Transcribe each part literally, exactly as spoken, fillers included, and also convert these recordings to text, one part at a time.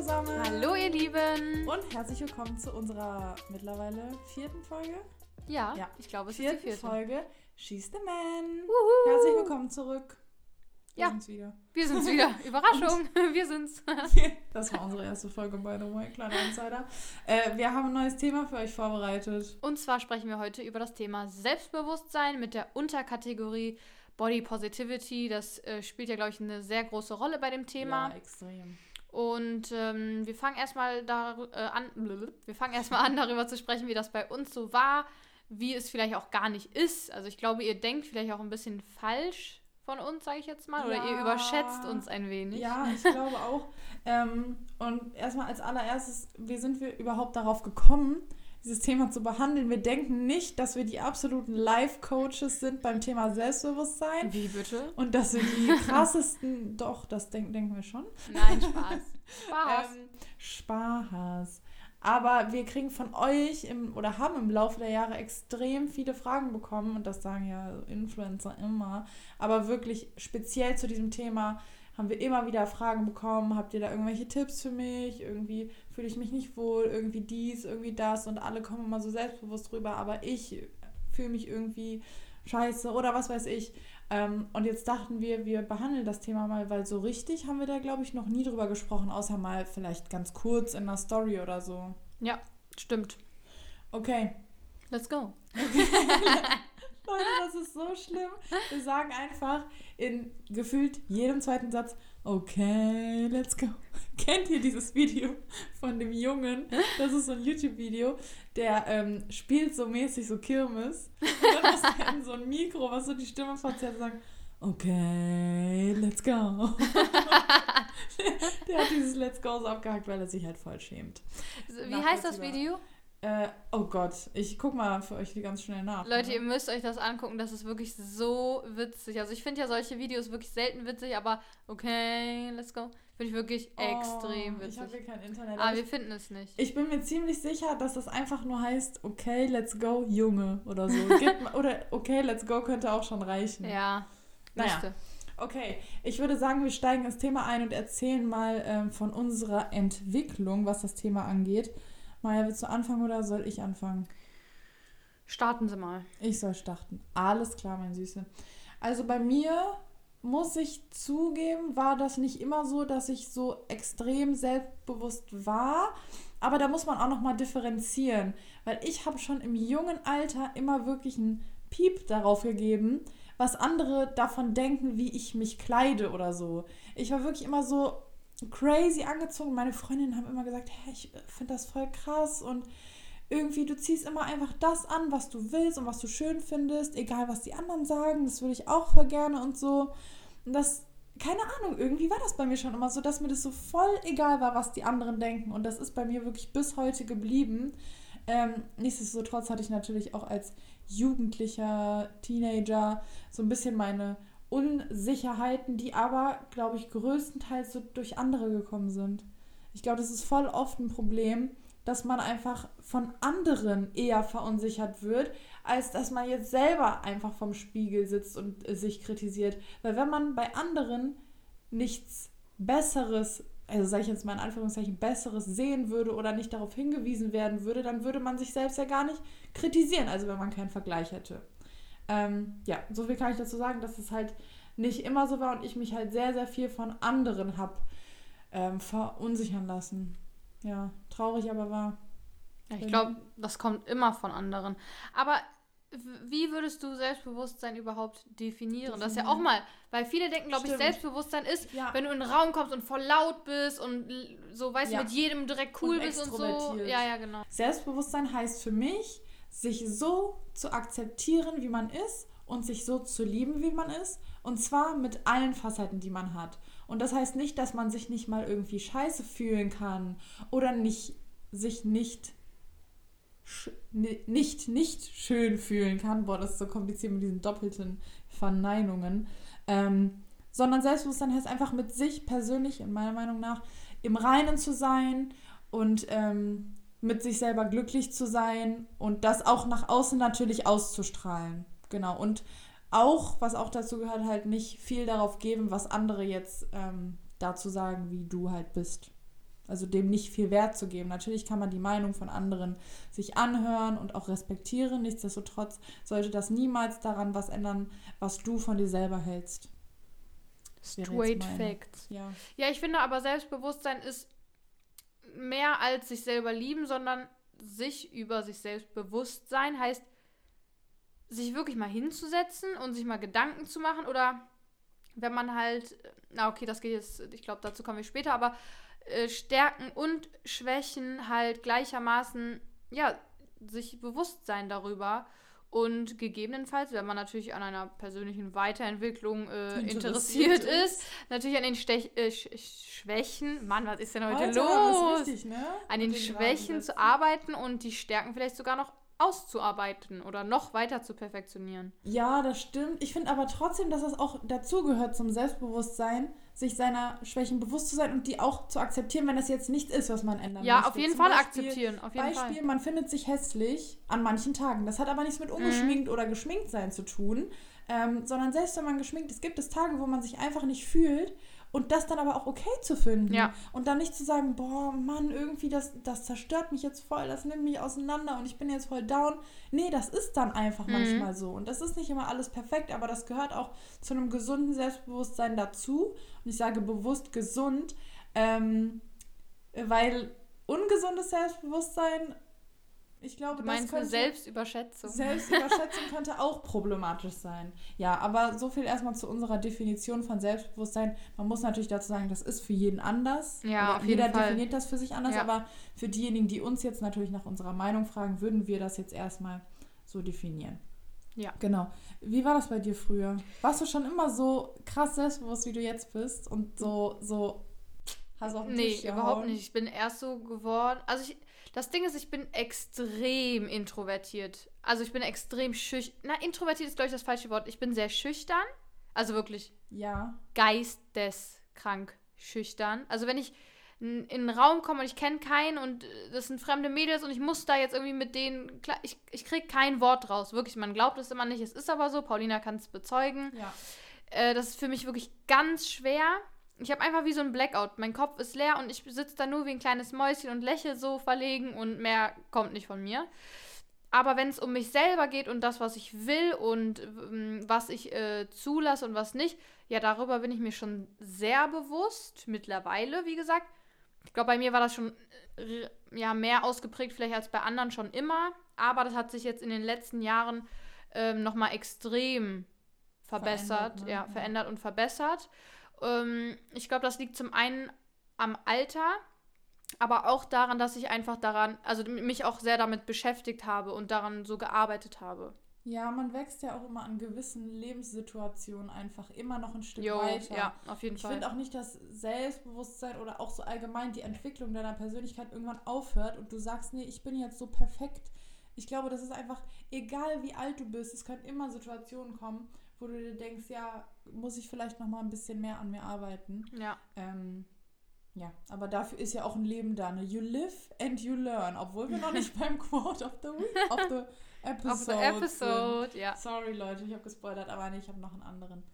zusammen. Hallo ihr Lieben. Und herzlich willkommen zu unserer mittlerweile vierten Folge. Ja, ja. ich glaube es vierten ist die vierte Folge She's the Man. Wuhu. Herzlich willkommen zurück. Wir ja, sind's wieder. Wir sind's wieder. Überraschung, wir sind's. Das war unsere erste Folge, by the way, kleiner Insider. Äh, wir haben ein neues Thema für euch vorbereitet. Und zwar sprechen wir heute über das Thema Selbstbewusstsein mit der Unterkategorie Body Positivity. Das äh, spielt ja, glaube ich, eine sehr große Rolle bei dem Thema. Ja, extrem. Und ähm, wir fangen erstmal da, äh, an, wir fangen erstmal an, darüber zu sprechen, wie das bei uns so war, wie es vielleicht auch gar nicht ist. Also ich glaube, ihr denkt vielleicht auch ein bisschen falsch von uns, sage ich jetzt mal, oder ja, ihr überschätzt uns ein wenig. Ja, ich glaube auch. ähm, und erstmal als allererstes, wie sind wir überhaupt darauf gekommen, dieses Thema zu behandeln? Wir denken nicht, dass wir die absoluten Life-Coaches sind beim Thema Selbstbewusstsein. Wie bitte? Und dass wir die krassesten, doch, das denk, denken wir schon. Nein, Spaß. Spaß. ähm, Spaß. Aber wir kriegen von euch im, oder haben im Laufe der Jahre extrem viele Fragen bekommen, und das sagen ja Influencer immer, aber wirklich speziell zu diesem Thema haben wir immer wieder Fragen bekommen. Habt ihr da irgendwelche Tipps für mich? Irgendwie fühle ich mich nicht wohl, irgendwie dies, irgendwie das, und alle kommen immer so selbstbewusst rüber, aber ich fühle mich irgendwie scheiße oder was weiß ich. Ähm, und jetzt dachten wir, wir behandeln das Thema mal, weil so richtig haben wir da, glaube ich, noch nie drüber gesprochen, außer mal vielleicht ganz kurz in einer Story oder so. Ja, stimmt. Okay. Let's go. Okay. Leute, das ist so schlimm. Wir sagen einfach in gefühlt jedem zweiten Satz, okay, let's go. Kennt ihr dieses Video von dem Jungen? Das ist so ein YouTube-Video, der ähm, spielt so mäßig so Kirmes. Und dann muss er in so ein Mikro, was so die Stimme verzerrt, sagen, okay, let's go. Der hat dieses Let's Go so abgehakt, weil er sich halt voll schämt. Wie heißt das Video? Äh, oh Gott, ich guck mal für euch die ganz schnell nach. Leute, ne? ihr müsst euch das angucken, das ist wirklich so witzig. Also ich finde ja solche Videos wirklich selten witzig, aber okay, let's go. Finde ich wirklich oh, extrem witzig. Ich habe hier kein Internet. Aber wir finden es nicht. Ich bin mir ziemlich sicher, dass das einfach nur heißt, okay, let's go, Junge oder so. Gibt, oder okay, let's go könnte auch schon reichen. Ja, naja. Müsste. Okay, ich würde sagen, wir steigen ins Thema ein und erzählen mal ähm, von unserer Entwicklung, was das Thema angeht. Maja, willst du anfangen oder soll ich anfangen? Starten Sie mal. Ich soll starten. Alles klar, mein Süße. Also bei mir, muss ich zugeben, war das nicht immer so, dass ich so extrem selbstbewusst war. Aber da muss man auch nochmal differenzieren. Weil ich habe schon im jungen Alter immer wirklich einen Piep darauf gegeben, was andere davon denken, wie ich mich kleide oder so. Ich war wirklich immer so crazy angezogen. Meine Freundinnen haben immer gesagt, hey, ich finde das voll krass und irgendwie, du ziehst immer einfach das an, was du willst und was du schön findest, egal was die anderen sagen, das würde ich auch voll gerne und so. Und das, keine Ahnung, irgendwie war das bei mir schon immer so, dass mir das so voll egal war, was die anderen denken, und das ist bei mir wirklich bis heute geblieben. Ähm, nichtsdestotrotz hatte ich natürlich auch als jugendlicher Teenager so ein bisschen meine Unsicherheiten, die aber, glaube ich, größtenteils so durch andere gekommen sind. Ich glaube, das ist voll oft ein Problem, dass man einfach von anderen eher verunsichert wird, als dass man jetzt selber einfach vorm Spiegel sitzt und äh, sich kritisiert. Weil wenn man bei anderen nichts Besseres, also sage ich jetzt mal in Anführungszeichen, Besseres sehen würde oder nicht darauf hingewiesen werden würde, dann würde man sich selbst ja gar nicht kritisieren, also wenn man keinen Vergleich hätte. Ähm, ja, so viel kann ich dazu sagen, dass es halt nicht immer so war und ich mich halt sehr, sehr viel von anderen habe ähm, verunsichern lassen. Ja, traurig, aber wahr. Ja, ich glaube, das kommt immer von anderen. Aber wie würdest du Selbstbewusstsein überhaupt definieren? definieren? Das ist ja auch mal, weil viele denken, glaube ich, Selbstbewusstsein ist, ja, wenn du in den Raum kommst und voll laut bist und so, weißt du, ja, mit jedem direkt cool und bist und so. Ja, ja, genau. Selbstbewusstsein heißt für mich, sich so zu akzeptieren, wie man ist, und sich so zu lieben, wie man ist, und zwar mit allen Facetten, die man hat. Und das heißt nicht, dass man sich nicht mal irgendwie scheiße fühlen kann oder nicht, sich nicht, sch, nicht, nicht schön fühlen kann. Boah, das ist so kompliziert mit diesen doppelten Verneinungen. Ähm, sondern Selbstbewusstsein heißt einfach mit sich persönlich, in meiner Meinung nach, im Reinen zu sein und ähm, mit sich selber glücklich zu sein und das auch nach außen natürlich auszustrahlen. Genau. Und auch, was auch dazu gehört, halt nicht viel darauf geben, was andere jetzt ähm, dazu sagen, wie du halt bist. Also dem nicht viel Wert zu geben. Natürlich kann man die Meinung von anderen sich anhören und auch respektieren. Nichtsdestotrotz sollte das niemals daran was ändern, was du von dir selber hältst. Straight Facts. Ja. ja, ich finde aber Selbstbewusstsein ist mehr als sich selber lieben, sondern sich über sich selbst bewusst sein. Heißt, sich wirklich mal hinzusetzen und sich mal Gedanken zu machen. Oder wenn man halt, na okay, das geht jetzt, ich glaube, dazu kommen wir später, aber äh, Stärken und Schwächen halt gleichermaßen, ja, sich bewusst sein darüber. Und gegebenenfalls, wenn man natürlich an einer persönlichen Weiterentwicklung äh, interessiert, interessiert ist, ist, natürlich an den Stech- äh, Sch- Schwächen, Mann, was ist denn heute Alter, los? Ist richtig, ne? An den, den Schwächen zu arbeiten und die Stärken vielleicht sogar noch auszuarbeiten oder noch weiter zu perfektionieren. Ja, das stimmt. Ich finde aber trotzdem, dass es auch dazugehört zum Selbstbewusstsein, sich seiner Schwächen bewusst zu sein und die auch zu akzeptieren, wenn das jetzt nichts ist, was man ändern ja, möchte. Ja, auf jeden Zum Fall Beispiel, akzeptieren. Auf jeden Beispiel, Fall. Man findet sich hässlich an manchen Tagen. Das hat aber nichts mit ungeschminkt mhm. oder geschminkt sein zu tun, ähm, sondern selbst wenn man geschminkt ist, gibt es Tage, wo man sich einfach nicht fühlt. Und das dann aber auch okay zu finden. Ja. Und dann nicht zu sagen, boah, Mann, irgendwie, das, das zerstört mich jetzt voll, das nimmt mich auseinander und ich bin jetzt voll down. Nee, das ist dann einfach mhm. manchmal so. Und das ist nicht immer alles perfekt, aber das gehört auch zu einem gesunden Selbstbewusstsein dazu. Und ich sage bewusst gesund, ähm, weil ungesundes Selbstbewusstsein, ich glaube, du meinst das könnte... Selbstüberschätzung. Selbstüberschätzung könnte auch problematisch sein. Ja, aber so viel erstmal zu unserer Definition von Selbstbewusstsein. Man muss natürlich dazu sagen, das ist für jeden anders. Ja, auf jeder jeden Fall. definiert das für sich anders, ja. Aber für diejenigen, die uns jetzt natürlich nach unserer Meinung fragen, würden wir das jetzt erstmal so definieren. Ja. Genau. Wie war das bei dir früher? Warst du schon immer so krass selbstbewusst, wie du jetzt bist? Und so, so hast du auf den Nee, Tisch gehauen? Überhaupt nicht. Ich bin erst so geworden. Also ich... Das Ding ist, ich bin extrem introvertiert. Also ich bin extrem schüchtern. Na, introvertiert ist, glaube ich, das falsche Wort. Ich bin sehr schüchtern. Also wirklich ja. geisteskrank schüchtern. Also wenn ich in einen Raum komme und ich kenne keinen und das sind fremde Mädels und ich muss da jetzt irgendwie mit denen... Klar, ich, ich kriege kein Wort raus. Wirklich, man glaubt es immer nicht. Es ist aber so. Paulina kann es bezeugen. Ja. Äh, das ist für mich wirklich ganz schwer. Ich habe einfach wie so ein Blackout. Mein Kopf ist leer und ich sitze da nur wie ein kleines Mäuschen und lächle so verlegen und mehr kommt nicht von mir. Aber wenn es um mich selber geht und das, was ich will und ähm, was ich äh, zulasse und was nicht, ja, darüber bin ich mir schon sehr bewusst mittlerweile, wie gesagt. Ich glaube, bei mir war das schon äh, ja, mehr ausgeprägt vielleicht als bei anderen schon immer. Aber das hat sich jetzt in den letzten Jahren ähm, nochmal extrem verbessert, verändert, ne? ja, verändert und verbessert. Ich glaube, das liegt zum einen am Alter, aber auch daran, dass ich einfach daran, also mich auch sehr damit beschäftigt habe und daran so gearbeitet habe. Ja, man wächst ja auch immer an gewissen Lebenssituationen einfach immer noch ein Stück jo, weiter. Ja, auf jeden ich Fall. Ich finde auch nicht, dass Selbstbewusstsein oder auch so allgemein die Entwicklung deiner Persönlichkeit irgendwann aufhört und du sagst, nee, ich bin jetzt so perfekt. Ich glaube, das ist einfach, egal wie alt du bist, es können immer Situationen kommen, wo du dir denkst, ja, muss ich vielleicht noch mal ein bisschen mehr an mir arbeiten. Ja. Ähm, ja, aber dafür ist ja auch ein Leben da. Ne? You live and you learn. Obwohl wir noch nicht beim Quote of the Week, of the Episode Of the Episode, sind. ja. Sorry, Leute, ich habe gespoilert, aber nee, ich habe noch einen anderen.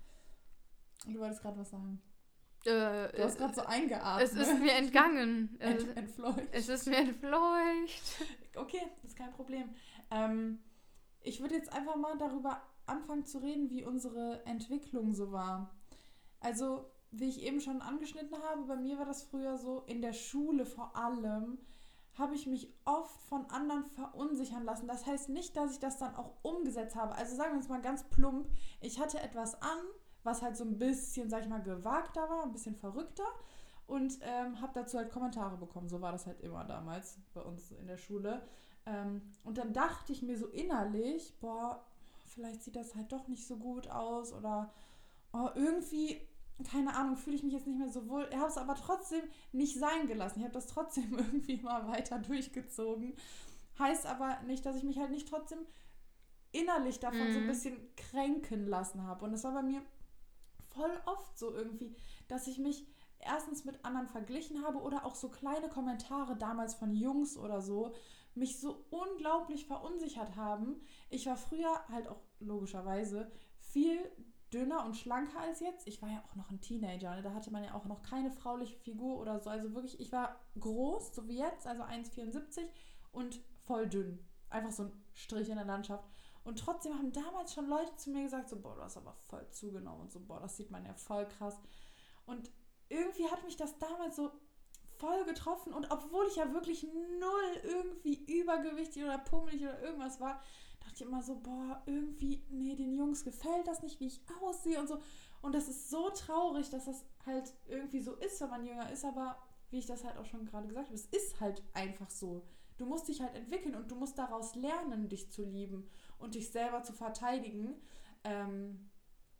Du wolltest gerade was sagen. Äh, du hast gerade so eingeatmet. Es ist mir entgangen. Ent, entfleucht. Es ist mir entfleucht. Okay, ist kein Problem. Ähm, ich würde jetzt einfach mal darüber anfangen zu reden, wie unsere Entwicklung so war. Also, wie ich eben schon angeschnitten habe, bei mir war das früher so, in der Schule vor allem, habe ich mich oft von anderen verunsichern lassen. Das heißt nicht, dass ich das dann auch umgesetzt habe. Also sagen wir uns mal ganz plump, ich hatte etwas an, was halt so ein bisschen, sag ich mal, gewagter war, ein bisschen verrückter und ähm, habe dazu halt Kommentare bekommen. So war das halt immer damals bei uns in der Schule. Ähm, und dann dachte ich mir so innerlich, boah, vielleicht sieht das halt doch nicht so gut aus oder oh, irgendwie, keine Ahnung, fühle ich mich jetzt nicht mehr so wohl. Ich habe es aber trotzdem nicht sein gelassen. Ich habe das trotzdem irgendwie mal weiter durchgezogen. Heißt aber nicht, dass ich mich halt nicht trotzdem innerlich davon mhm. so ein bisschen kränken lassen habe. Und das war bei mir voll oft so irgendwie, dass ich mich erstens mit anderen verglichen habe oder auch so kleine Kommentare damals von Jungs oder so, mich so unglaublich verunsichert haben. Ich war früher halt auch logischerweise viel dünner und schlanker als jetzt. Ich war ja auch noch ein Teenager, ne? Da hatte man ja auch noch keine frauliche Figur oder so. Also wirklich, ich war groß, so wie jetzt, also eins Komma vierundsiebzig und voll dünn. Einfach so ein Strich in der Landschaft. Und trotzdem haben damals schon Leute zu mir gesagt, so, boah, du hast aber voll zugenommen und so, boah, das sieht man ja voll krass. Und irgendwie hat mich das damals so voll getroffen und obwohl ich ja wirklich null irgendwie übergewichtig oder pummelig oder irgendwas war, dachte ich immer so, boah, irgendwie, nee, den Jungs gefällt das nicht, wie ich aussehe und so. Und das ist so traurig, dass das halt irgendwie so ist, wenn man jünger ist, aber wie ich das halt auch schon gerade gesagt habe, es ist halt einfach so. Du musst dich halt entwickeln und du musst daraus lernen, dich zu lieben und dich selber zu verteidigen. Ähm,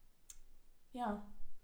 ja.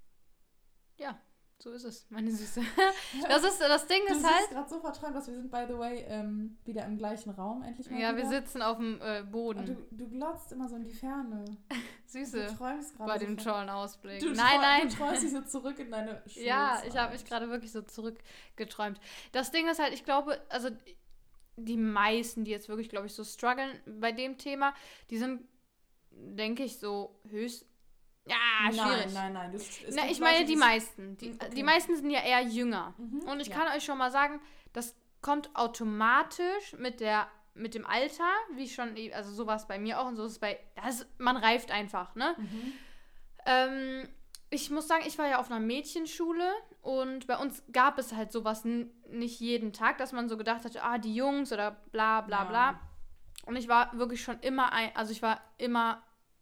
Ja, so ist es, meine Süße. Das ist, das Ding du ist halt... Du bist gerade so verträumt, dass wir sind, by the way, ähm, wieder im gleichen Raum, endlich mal Ja, wieder. wir sitzen auf dem äh, Boden. Und du, du glotzt immer so in die Ferne. Süße, du träumst gerade bei so dem tollen Ausblick. Du nein, nein. Du träumst dich so zurück in deine Schulzeit. Ja, ich habe mich gerade wirklich so zurückgeträumt. Das Ding ist halt, ich glaube, also die meisten, die jetzt wirklich, glaube ich, so strugglen bei dem Thema, die sind, denke ich, so höchst... Ja, schwierig. Nein, nein, nein. Das, es Na, ich Leute, meine die meisten. Die, okay. die meisten sind ja eher jünger. Mhm, und ich ja. kann euch schon mal sagen, das kommt automatisch mit der mit dem Alter, wie schon, also so war es bei mir auch und so ist es bei, das, man reift einfach, ne? Mhm. Ähm, ich muss sagen, ich war ja auf einer Mädchenschule und bei uns gab es halt sowas n- nicht jeden Tag, dass man so gedacht hatte, ah, die Jungs oder bla bla Ja. bla. Und ich war wirklich schon immer ein, also ich war immer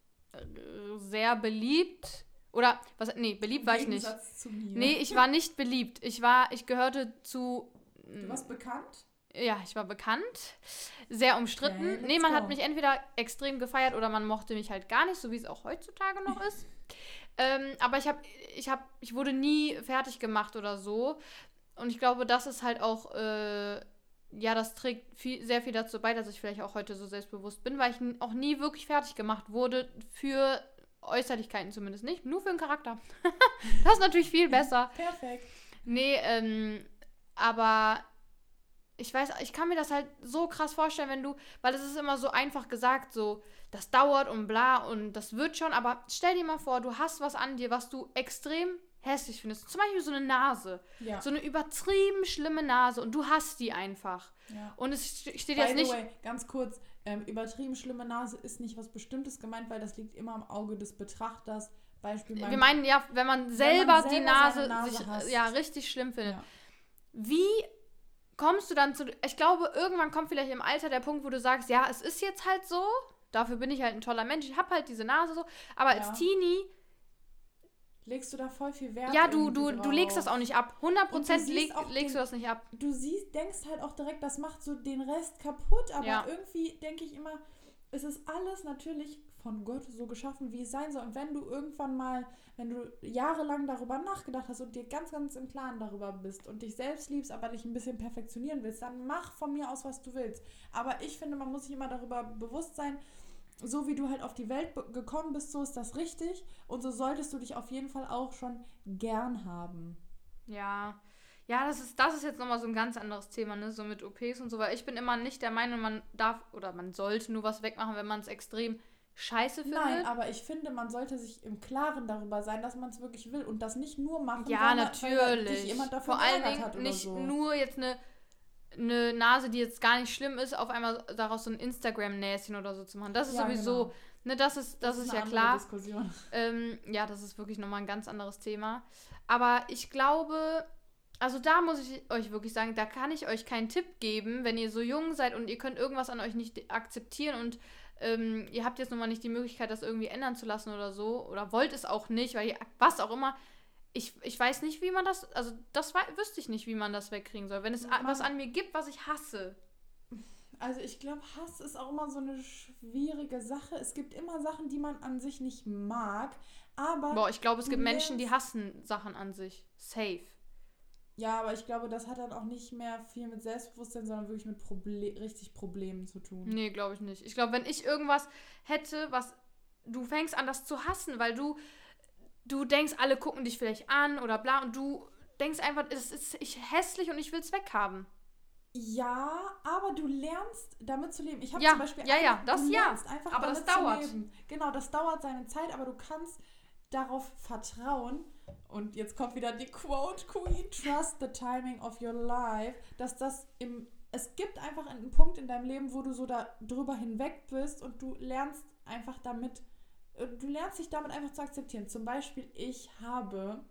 sehr beliebt. Oder, was, nee, beliebt war ich nicht. Zu mir. Nee, ich war nicht beliebt. Ich war, ich gehörte zu... Du warst bekannt? Ja, ich war bekannt. Sehr umstritten. Okay, nee, man go. hat mich entweder extrem gefeiert oder man mochte mich halt gar nicht, so wie es auch heutzutage noch ist. ähm, aber ich habe, ich habe, ich wurde nie fertig gemacht oder so. Und ich glaube, das ist halt auch... Äh, ja, das trägt viel, sehr viel dazu bei, dass ich vielleicht auch heute so selbstbewusst bin, weil ich n- auch nie wirklich fertig gemacht wurde für Äußerlichkeiten zumindest nicht, nur für den Charakter. Das ist natürlich viel besser. Perfekt. Nee, ähm, aber ich weiß, ich kann mir das halt so krass vorstellen, wenn du, weil es ist immer so einfach gesagt, so, das dauert und bla und das wird schon, aber stell dir mal vor, du hast was an dir, was du extrem hässlich findest. Zum Beispiel so eine Nase. Ja. So eine übertrieben schlimme Nase und du hast die einfach. Ja. Und es steht By jetzt the nicht... way, ganz kurz, ähm, übertrieben schlimme Nase ist nicht was Bestimmtes gemeint, weil das liegt immer im Auge des Betrachters. Beispiel mein, Wir meinen ja, wenn man selber, wenn man selber die Nase, Nase sich hasst. ja richtig schlimm findet. Ja. Wie kommst du dann zu... Ich glaube, irgendwann kommt vielleicht im Alter der Punkt, wo du sagst, ja, es ist jetzt halt so, dafür bin ich halt ein toller Mensch, ich habe halt diese Nase so, aber Ja. als Teenie... Legst du da voll viel Wert Ja, du, irgendwie du, drauf. du legst das auch nicht ab. hundert Prozent Und du siehst leg, auch legst den- du das nicht ab. Du siehst, denkst halt auch direkt, das macht so den Rest kaputt, aber Ja. irgendwie denke ich immer, es ist alles natürlich von Gott so geschaffen, wie es sein soll. Und wenn du irgendwann mal, wenn du jahrelang darüber nachgedacht hast und dir ganz, ganz im Klaren darüber bist und dich selbst liebst, aber dich ein bisschen perfektionieren willst, dann mach von mir aus, was du willst. Aber ich finde, man muss sich immer darüber bewusst sein, so wie du halt auf die Welt be- gekommen bist, so ist das richtig. Und so solltest du dich auf jeden Fall auch schon gern haben. Ja. Ja, das ist, das ist jetzt nochmal so ein ganz anderes Thema, ne? So mit O Ps und so, weil ich bin immer nicht der Meinung, man darf oder man sollte nur was wegmachen, wenn man es extrem scheiße findet. Nein, aber ich finde, man sollte sich im Klaren darüber sein, dass man es wirklich will und das nicht nur machen, Ja, weil, natürlich. weil dich jemand dafür Vor allen geärgert Dingen hat oder nicht so. nur jetzt eine, eine Nase, die jetzt gar nicht schlimm ist, auf einmal daraus so ein Instagram-Näschen oder so zu machen. Das ist Ja, sowieso, genau. ne, das ist, das, ist, eine ja andere klar. Diskussion. Ähm, ja, das ist wirklich nochmal ein ganz anderes Thema. Aber ich glaube, also da muss ich euch wirklich sagen, da kann ich euch keinen Tipp geben, wenn ihr so jung seid und ihr könnt irgendwas an euch nicht akzeptieren und ähm, ihr habt jetzt nun mal nicht die Möglichkeit, das irgendwie ändern zu lassen oder so, oder wollt es auch nicht, weil ihr, was auch immer. Ich, ich weiß nicht, wie man das, also das wei- wüsste ich nicht, wie man das wegkriegen soll. Wenn es a- Man- was an mir gibt, was ich hasse. Also ich glaube, Hass ist auch immer so eine schwierige Sache. Es gibt immer Sachen, die man an sich nicht mag, aber... Boah, ich glaube, es du gibt Menschen, die lernst- hassen Sachen an sich. Safe. Ja, aber ich glaube, das hat dann auch nicht mehr viel mit Selbstbewusstsein, sondern wirklich mit Proble- richtig Problemen zu tun. Nee, glaube ich nicht. Ich glaube, wenn ich irgendwas hätte, was du fängst an, das zu hassen, weil du du denkst, alle gucken dich vielleicht an oder bla und du denkst einfach, es ist ich hässlich und ich will es weghaben. Ja, aber du lernst damit zu leben. Ich habe Ja, zum Beispiel ja, ja, eine- das du ja. lernst einfach Aber damit das dauert. zu leben. Genau, das dauert seine Zeit, aber du kannst darauf vertrauen, und jetzt kommt wieder die Quote Queen, trust the timing of your life, dass das im, es gibt einfach einen Punkt in deinem Leben, wo du so da drüber hinweg bist und du lernst einfach damit, du lernst dich damit einfach zu akzeptieren. Zum Beispiel, ich habe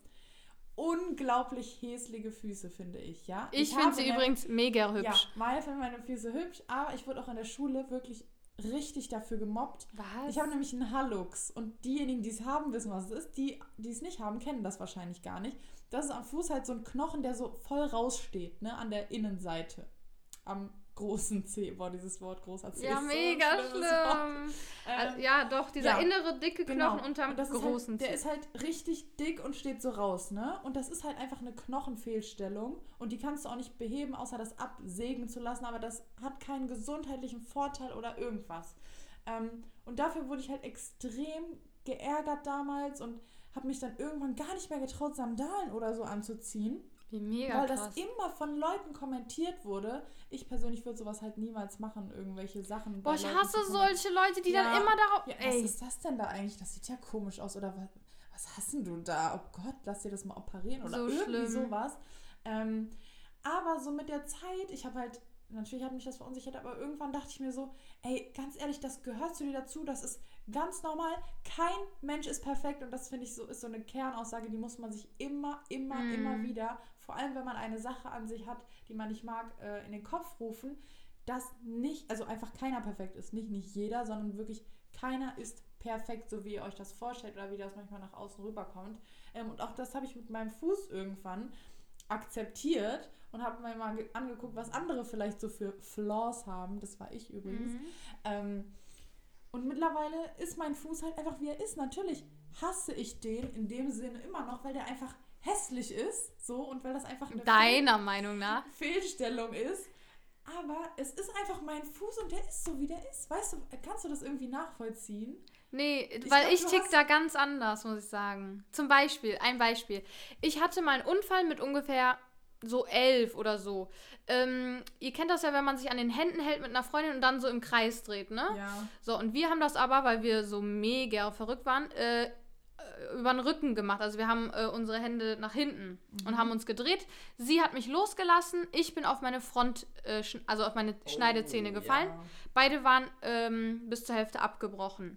unglaublich hässliche Füße, finde ich, ja. Ich, ich finde sie meine, übrigens mega hübsch. Ja, Maya findet meine Füße hübsch, aber ich wurde auch in der Schule wirklich richtig dafür gemobbt. Was? Ich habe nämlich einen Hallux und diejenigen, die es haben, wissen, was es ist. Die, die es nicht haben, kennen das wahrscheinlich gar nicht. Das ist am Fuß halt so ein Knochen, der so voll raussteht, ne, an der Innenseite. Am großen Zeh. Boah, dieses Wort großer Zeh. Ja, ist mega so schlimm. Ähm, ja, doch, dieser ja, innere, dicke Knochen genau. unterm großen halt, Zeh. Der ist halt richtig dick und steht so raus, ne? Und das ist halt einfach eine Knochenfehlstellung und die kannst du auch nicht beheben, außer das absägen zu lassen, aber das hat keinen gesundheitlichen Vorteil oder irgendwas. Ähm, und dafür wurde ich halt extrem geärgert damals und habe mich dann irgendwann gar nicht mehr getraut, Sandalen oder so anzuziehen. Wie mega Weil krass. das immer von Leuten kommentiert wurde. Ich persönlich würde sowas halt niemals machen, irgendwelche Sachen. Boah, ich Leuten hasse solche Leute, die ja, dann immer darauf... Ja, ey. was ist das denn da eigentlich? Das sieht ja komisch aus. Oder was, was hast denn du da? Oh Gott, lass dir das mal operieren. Oder so irgendwie schlimm. sowas. Ähm, aber so mit der Zeit, ich habe halt... Natürlich hat mich das verunsichert, aber irgendwann dachte ich mir so, ey, ganz ehrlich, das gehört zu dir dazu, das ist ganz normal. Kein Mensch ist perfekt und das finde ich so, ist so eine Kernaussage, die muss man sich immer, immer, mm. immer wieder, vor allem wenn man eine Sache an sich hat, die man nicht mag, äh, in den Kopf rufen, dass nicht, also einfach keiner perfekt ist, nicht nicht jeder, sondern wirklich keiner ist perfekt, so wie ihr euch das vorstellt oder wie das manchmal nach außen rüberkommt. Ähm, und auch das habe ich mit meinem Fuß irgendwann akzeptiert und habe mir mal angeguckt, was andere vielleicht so für Flaws haben. Das war ich übrigens. Mhm. Ähm, und mittlerweile ist mein Fuß halt einfach, wie er ist. Natürlich hasse ich den in dem Sinne immer noch, weil der einfach hässlich ist. So, und weil das einfach eine Deiner Fehl- Meinung nach Fehlstellung ist. Aber es ist einfach mein Fuß und der ist so, wie der ist. Weißt du, kannst du das irgendwie nachvollziehen? Nee, ich weil glaub, ich tick da ganz anders, muss ich sagen. Zum Beispiel, ein Beispiel. Ich hatte mal einen Unfall mit ungefähr so elf oder so. Ähm, ihr kennt das ja, wenn man sich an den Händen hält mit einer Freundin und dann so im Kreis dreht, ne? Ja. So, und wir haben das aber, weil wir so mega verrückt waren, äh, über den Rücken gemacht. Also wir haben äh, unsere Hände nach hinten mhm. und haben uns gedreht. Sie hat mich losgelassen. Ich bin auf meine Front, äh, sch- also auf meine oh, Schneidezähne gefallen. Ja. Beide waren ähm, bis zur Hälfte abgebrochen.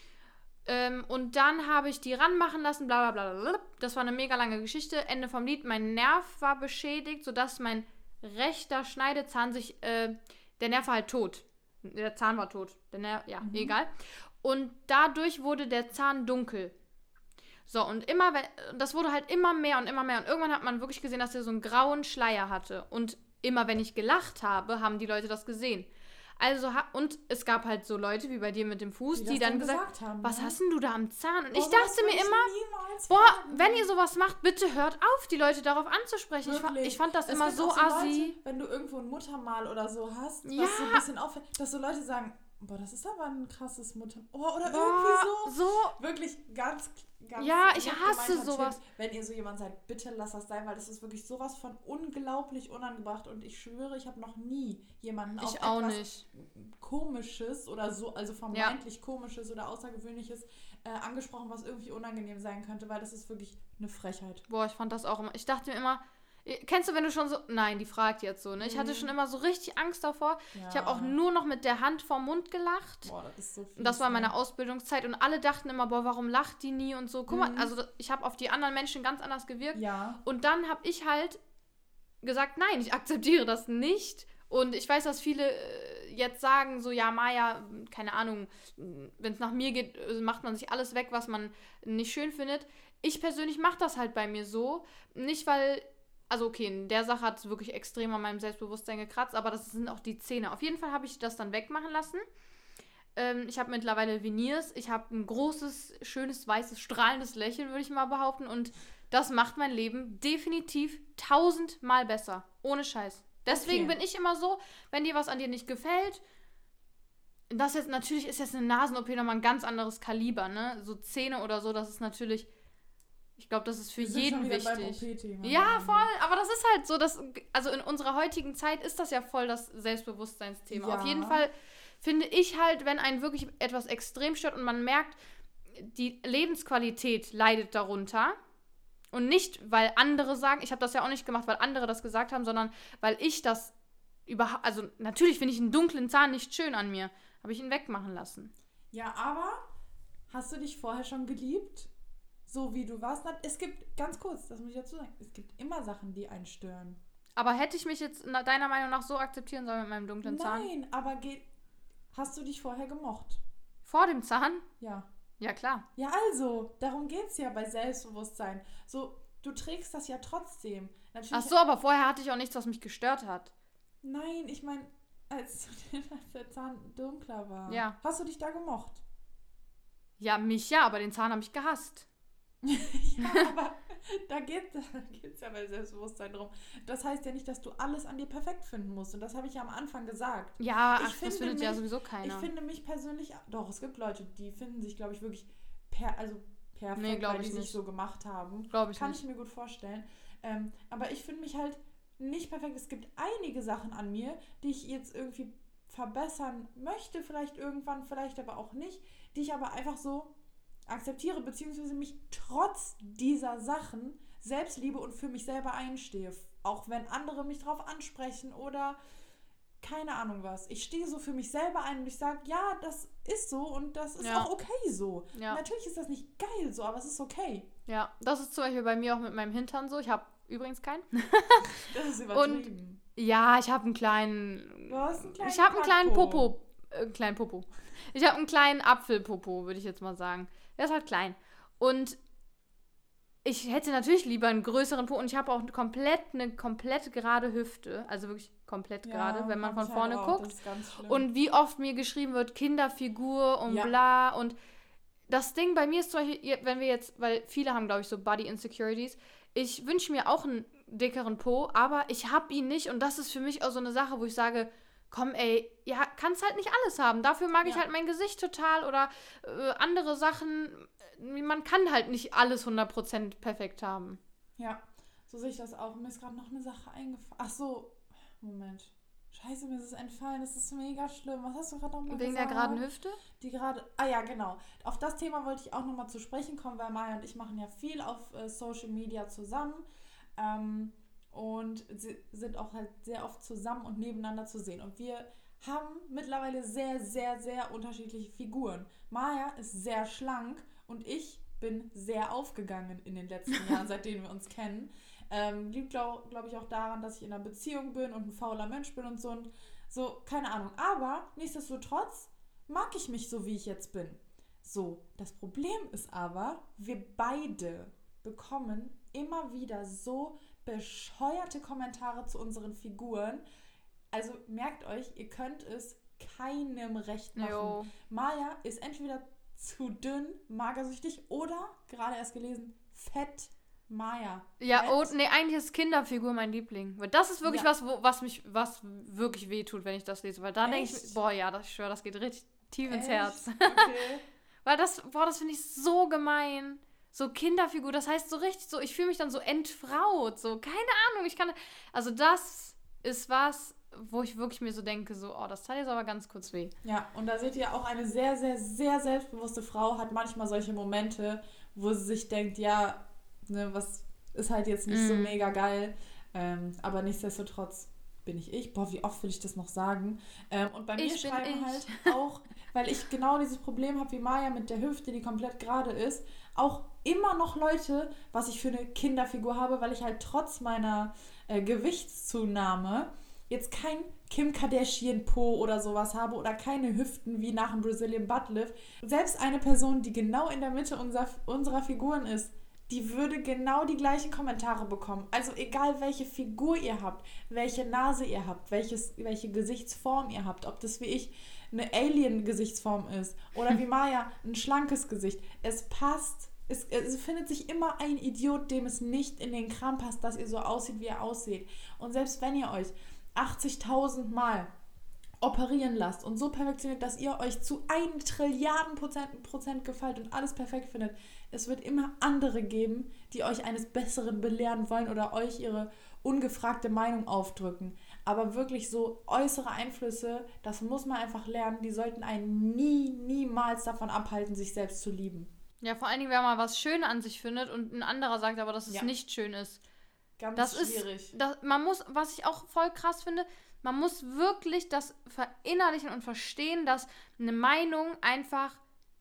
Ähm, und dann habe ich die ranmachen lassen, bla bla bla bla. Das war eine mega lange Geschichte. Ende vom Lied. Mein Nerv war beschädigt, sodass mein rechter Schneidezahn sich, äh, der Nerv war halt tot. Der Zahn war tot. Der Nerv, ja, mhm. egal. Und dadurch wurde der Zahn dunkel. So, und immer, wenn, das wurde halt immer mehr und immer mehr. Und irgendwann hat man wirklich gesehen, dass er so einen grauen Schleier hatte. Und immer, wenn ich gelacht habe, haben die Leute das gesehen. Also, und es gab halt so Leute wie bei dir mit dem Fuß, die, die dann, dann gesagt, gesagt haben, was ne? hast denn du da am Zahn? Und boah, ich dachte mir immer, boah, fragen, wenn ihr sowas macht, bitte hört auf, die Leute darauf anzusprechen. Ich, fa- ich fand das es immer so assi. Leute, wenn du irgendwo ein Muttermal oder so hast, was ja. so ein bisschen auffällt, dass so Leute sagen, boah, das ist aber ein krasses Muttermal. Oh, oder boah, irgendwie so. so. Wirklich ganz, ganz ja, ich hasse sowas. Tipp, wenn ihr so jemand seid, bitte lasst das sein, weil das ist wirklich sowas von unglaublich unangebracht und ich schwöre, ich habe noch nie jemanden ich auf auch etwas nicht. Komisches oder so, also vermeintlich ja. Komisches oder Außergewöhnliches äh, angesprochen, was irgendwie unangenehm sein könnte, weil das ist wirklich eine Frechheit. Boah, ich fand das auch immer, ich dachte mir immer, kennst du, wenn du schon so... Nein, die fragt jetzt so, ne? Ich hatte schon immer so richtig Angst davor. Ja. Ich habe auch nur noch mit der Hand vorm Mund gelacht. Boah, das ist so viel. Das war meine Ausbildungszeit. Und alle dachten immer, boah, warum lacht die nie und so. Guck mhm. mal, also ich habe auf die anderen Menschen ganz anders gewirkt. Ja. Und dann habe ich halt gesagt, nein, ich akzeptiere das nicht. Und ich weiß, dass viele jetzt sagen, so, ja, Maya, keine Ahnung, wenn es nach mir geht, macht man sich alles weg, was man nicht schön findet. Ich persönlich mache das halt bei mir so. Nicht, weil... Also okay, in der Sache hat es wirklich extrem an meinem Selbstbewusstsein gekratzt, aber das sind auch die Zähne. Auf jeden Fall habe ich das dann wegmachen lassen. Ähm, ich habe mittlerweile Veneers. Ich habe ein großes, schönes, weißes, strahlendes Lächeln, würde ich mal behaupten. Und das macht mein Leben definitiv tausendmal besser. Ohne Scheiß. Deswegen okay. bin ich immer so, wenn dir was an dir nicht gefällt, das jetzt, natürlich ist jetzt eine Nasen-O P nochmal ein ganz anderes Kaliber, ne? So Zähne oder so, das ist natürlich... Ich glaube, das ist für jeden wichtig. Ja, voll. Aber das ist halt so, dass, also in unserer heutigen Zeit ist das ja voll das Selbstbewusstseinsthema. Ja. Auf jeden Fall finde ich halt, wenn einen wirklich etwas extrem stört und man merkt, die Lebensqualität leidet darunter. Und nicht, weil andere sagen, ich habe das ja auch nicht gemacht, weil andere das gesagt haben, sondern weil ich das überhaupt, also natürlich finde ich einen dunklen Zahn nicht schön an mir, habe ich ihn wegmachen lassen. Ja, aber hast du dich vorher schon geliebt? So wie du warst? Es gibt, ganz kurz, das muss ich dazu sagen, es gibt immer Sachen, die einen stören. Aber hätte ich mich jetzt deiner Meinung nach so akzeptieren sollen mit meinem dunklen Zahn? Nein, aber geht, hast du dich vorher gemocht? Vor dem Zahn? Ja. Ja, klar. Ja, also, darum geht es ja bei Selbstbewusstsein. So, du trägst das ja trotzdem. Natürlich, ach so, aber vorher hatte ich auch nichts, was mich gestört hat. Nein, ich meine, als, als der Zahn dunkler war. Ja. Hast du dich da gemocht? Ja, mich ja, aber den Zahn habe ich gehasst. Ja, aber da geht es ja bei Selbstbewusstsein drum. Das heißt ja nicht, dass du alles an dir perfekt finden musst. Und das habe ich ja am Anfang gesagt. Ja, ich ach, das findet mich, ja sowieso keiner. Ich finde mich persönlich, doch, es gibt Leute, die finden sich, glaube ich, wirklich per, also perfekt, nee, weil die ich sich nicht. so gemacht haben. Glaube ich Kann nicht. ich mir gut vorstellen. Ähm, aber ich finde mich halt nicht perfekt. Es gibt einige Sachen an mir, die ich jetzt irgendwie verbessern möchte, vielleicht irgendwann, vielleicht aber auch nicht, die ich aber einfach so akzeptiere, beziehungsweise mich trotz dieser Sachen selbst liebe und für mich selber einstehe. Auch wenn andere mich drauf ansprechen oder keine Ahnung was. Ich stehe so für mich selber ein und ich sage, ja, das ist so und das ist ja auch okay so. Ja. Natürlich ist das nicht geil so, aber es ist okay. Ja, das ist zum Beispiel bei mir auch mit meinem Hintern so. Ich habe übrigens keinen. Das ist übertrieben. Und ja, ich habe einen kleinen... Du hast einen kleinen Ich habe einen kleinen Popo. Äh, kleinen Popo. Ich habe einen kleinen Apfelpopo, würde ich jetzt mal sagen. Der ist halt klein. Und ich hätte natürlich lieber einen größeren Po und ich habe auch komplett eine komplett gerade Hüfte. Also wirklich komplett ja, gerade, wenn man von vorne halt guckt. Das ist ganz schlimm. Und wie oft mir geschrieben wird, Kinderfigur und ja. bla. Und das Ding bei mir ist zum Beispiel, wenn wir jetzt, weil viele haben, glaube ich, so Body Insecurities. Ich wünsche mir auch einen dickeren Po, aber ich habe ihn nicht. Und das ist für mich auch so eine Sache, wo ich sage, komm ey, ja, kannst halt nicht alles haben. Dafür mag ja. ich halt mein Gesicht total oder äh, andere Sachen. Man kann halt nicht alles hundert Prozent perfekt haben. Ja, so sehe ich das auch. Mir ist gerade noch eine Sache eingefallen. Ach so, Moment. Scheiße, mir ist es entfallen. Das ist mega schlimm. Was hast du gerade noch mal Wegen gesagt? der geraden Hüfte? Die gerade, ah ja, genau. Auf das Thema wollte ich auch nochmal zu sprechen kommen, weil Maya und ich machen ja viel auf äh, Social Media zusammen. Ähm, und sie sind auch halt sehr oft zusammen und nebeneinander zu sehen. Und wir haben mittlerweile sehr, sehr, sehr unterschiedliche Figuren. Maya ist sehr schlank und ich bin sehr aufgegangen in den letzten Jahren, seitdem wir uns kennen. Ähm, liegt, glaube glaub ich, auch daran, dass ich in einer Beziehung bin und ein fauler Mensch bin und so. Und so, keine Ahnung. Aber nichtsdestotrotz mag ich mich so, wie ich jetzt bin. So, das Problem ist aber, wir beide bekommen immer wieder so bescheuerte Kommentare zu unseren Figuren. Also merkt euch, ihr könnt es keinem recht machen. Jo. Maya ist entweder zu dünn, magersüchtig oder, gerade erst gelesen, fett Maya. Ja, oh, nee, eigentlich ist Kinderfigur mein Liebling. Weil das ist wirklich ja. was, wo, was mich, was wirklich wehtut, wenn ich das lese. Weil da denke ich, boah, ja, das, ich schwöre, das geht richtig tief ins Echt? Herz. Okay. Weil das, boah, das finde ich so gemein. So Kinderfigur, das heißt so richtig so, ich fühle mich dann so entfraut, so, keine Ahnung, ich kann, also das ist was, wo ich wirklich mir so denke, so, oh, das tat jetzt aber ganz kurz weh. Ja, und da seht ihr auch, eine sehr, sehr, sehr selbstbewusste Frau hat manchmal solche Momente, wo sie sich denkt, ja, ne, was ist halt jetzt nicht mm. so mega geil, ähm, aber nichtsdestotrotz bin ich ich. Boah, wie oft will ich das noch sagen? Ähm, und bei mir ich schreiben halt auch, weil ich genau dieses Problem habe wie Maya mit der Hüfte, die komplett gerade ist, auch immer noch Leute, was ich für eine Kinderfigur habe, weil ich halt trotz meiner äh, Gewichtszunahme jetzt kein Kim Kardashian Po oder sowas habe oder keine Hüften wie nach dem Brazilian Butt Lift. Selbst eine Person, die genau in der Mitte unserer, unserer Figuren ist, die würde genau die gleichen Kommentare bekommen. Also egal, welche Figur ihr habt, welche Nase ihr habt, welches, welche Gesichtsform ihr habt, ob das wie ich eine Alien-Gesichtsform ist oder wie Maya ein schlankes Gesicht. Es passt. Es, es findet sich immer ein Idiot, dem es nicht in den Kram passt, dass ihr so aussieht, wie ihr aussieht. Und selbst wenn ihr euch achtzigtausend Mal operieren lasst und so perfektioniert, dass ihr euch zu ein Trilliarden Prozent, Prozent gefällt und alles perfekt findet, es wird immer andere geben, die euch eines Besseren belehren wollen oder euch ihre ungefragte Meinung aufdrücken. Aber wirklich so äußere Einflüsse, das muss man einfach lernen, die sollten einen nie, niemals davon abhalten, sich selbst zu lieben. Ja, vor allen Dingen, wenn man was schön an sich findet und ein anderer sagt aber, dass es ja. nicht schön ist. Ganz das schwierig. Ist, das, man muss, was ich auch voll krass finde, man muss wirklich das verinnerlichen und verstehen, dass eine Meinung einfach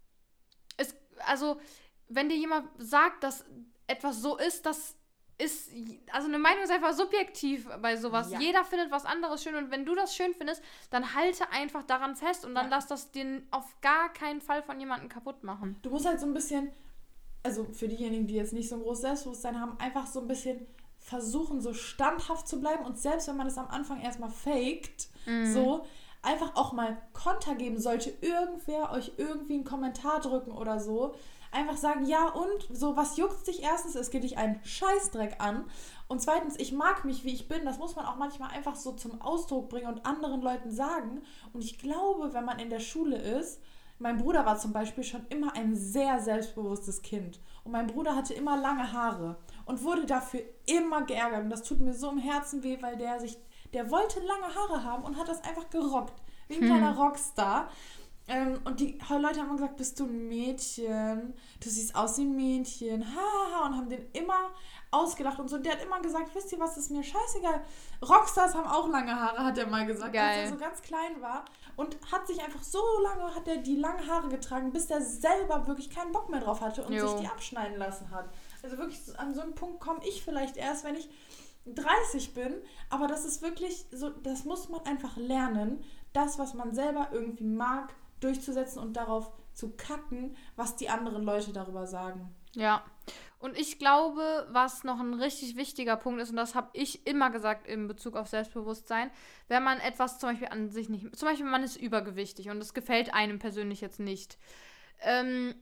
ist, also wenn dir jemand sagt, dass etwas so ist, das ist, also eine Meinung ist einfach subjektiv bei sowas. Ja. Jeder findet was anderes schön und wenn du das schön findest, dann halte einfach daran fest und dann ja. lass das dir auf gar keinen Fall von jemandem kaputt machen. Du musst halt so ein bisschen, also für diejenigen, die jetzt nicht so ein großes Selbstbewusstsein haben, einfach so ein bisschen versuchen, so standhaft zu bleiben und selbst wenn man das am Anfang erstmal faked, mhm. so einfach auch mal Konter geben, sollte irgendwer euch irgendwie einen Kommentar drücken oder so, einfach sagen, ja und, so, was juckt dich? Erstens, es geht dich einen Scheißdreck an und zweitens, ich mag mich, wie ich bin, das muss man auch manchmal einfach so zum Ausdruck bringen und anderen Leuten sagen und ich glaube, wenn man in der Schule ist, mein Bruder war zum Beispiel schon immer ein sehr selbstbewusstes Kind und mein Bruder hatte immer lange Haare und wurde dafür immer geärgert und das tut mir so im Herzen weh, weil der sich, der wollte lange Haare haben und hat das einfach gerockt, wie ein hm. kleiner Rockstar. Ähm, und die Leute haben immer gesagt, bist du ein Mädchen, du siehst aus wie ein Mädchen, haha, und haben den immer ausgelacht und so. Der hat immer gesagt, wisst ihr was, ist mir scheißegal. Rockstars haben auch lange Haare, hat er mal gesagt, Geil. als er so ganz klein war. Und hat sich einfach so lange, hat er die langen Haare getragen, bis er selber wirklich keinen Bock mehr drauf hatte und jo. sich die abschneiden lassen hat. Also wirklich, an so einen Punkt komme ich vielleicht erst, wenn ich dreißig bin, aber das ist wirklich so, das muss man einfach lernen, das, was man selber irgendwie mag, durchzusetzen und darauf zu kacken, was die anderen Leute darüber sagen. Ja, und ich glaube, was noch ein richtig wichtiger Punkt ist, und das habe ich immer gesagt in Bezug auf Selbstbewusstsein, wenn man etwas zum Beispiel an sich nicht, zum Beispiel man ist übergewichtig und es gefällt einem persönlich jetzt nicht, ähm,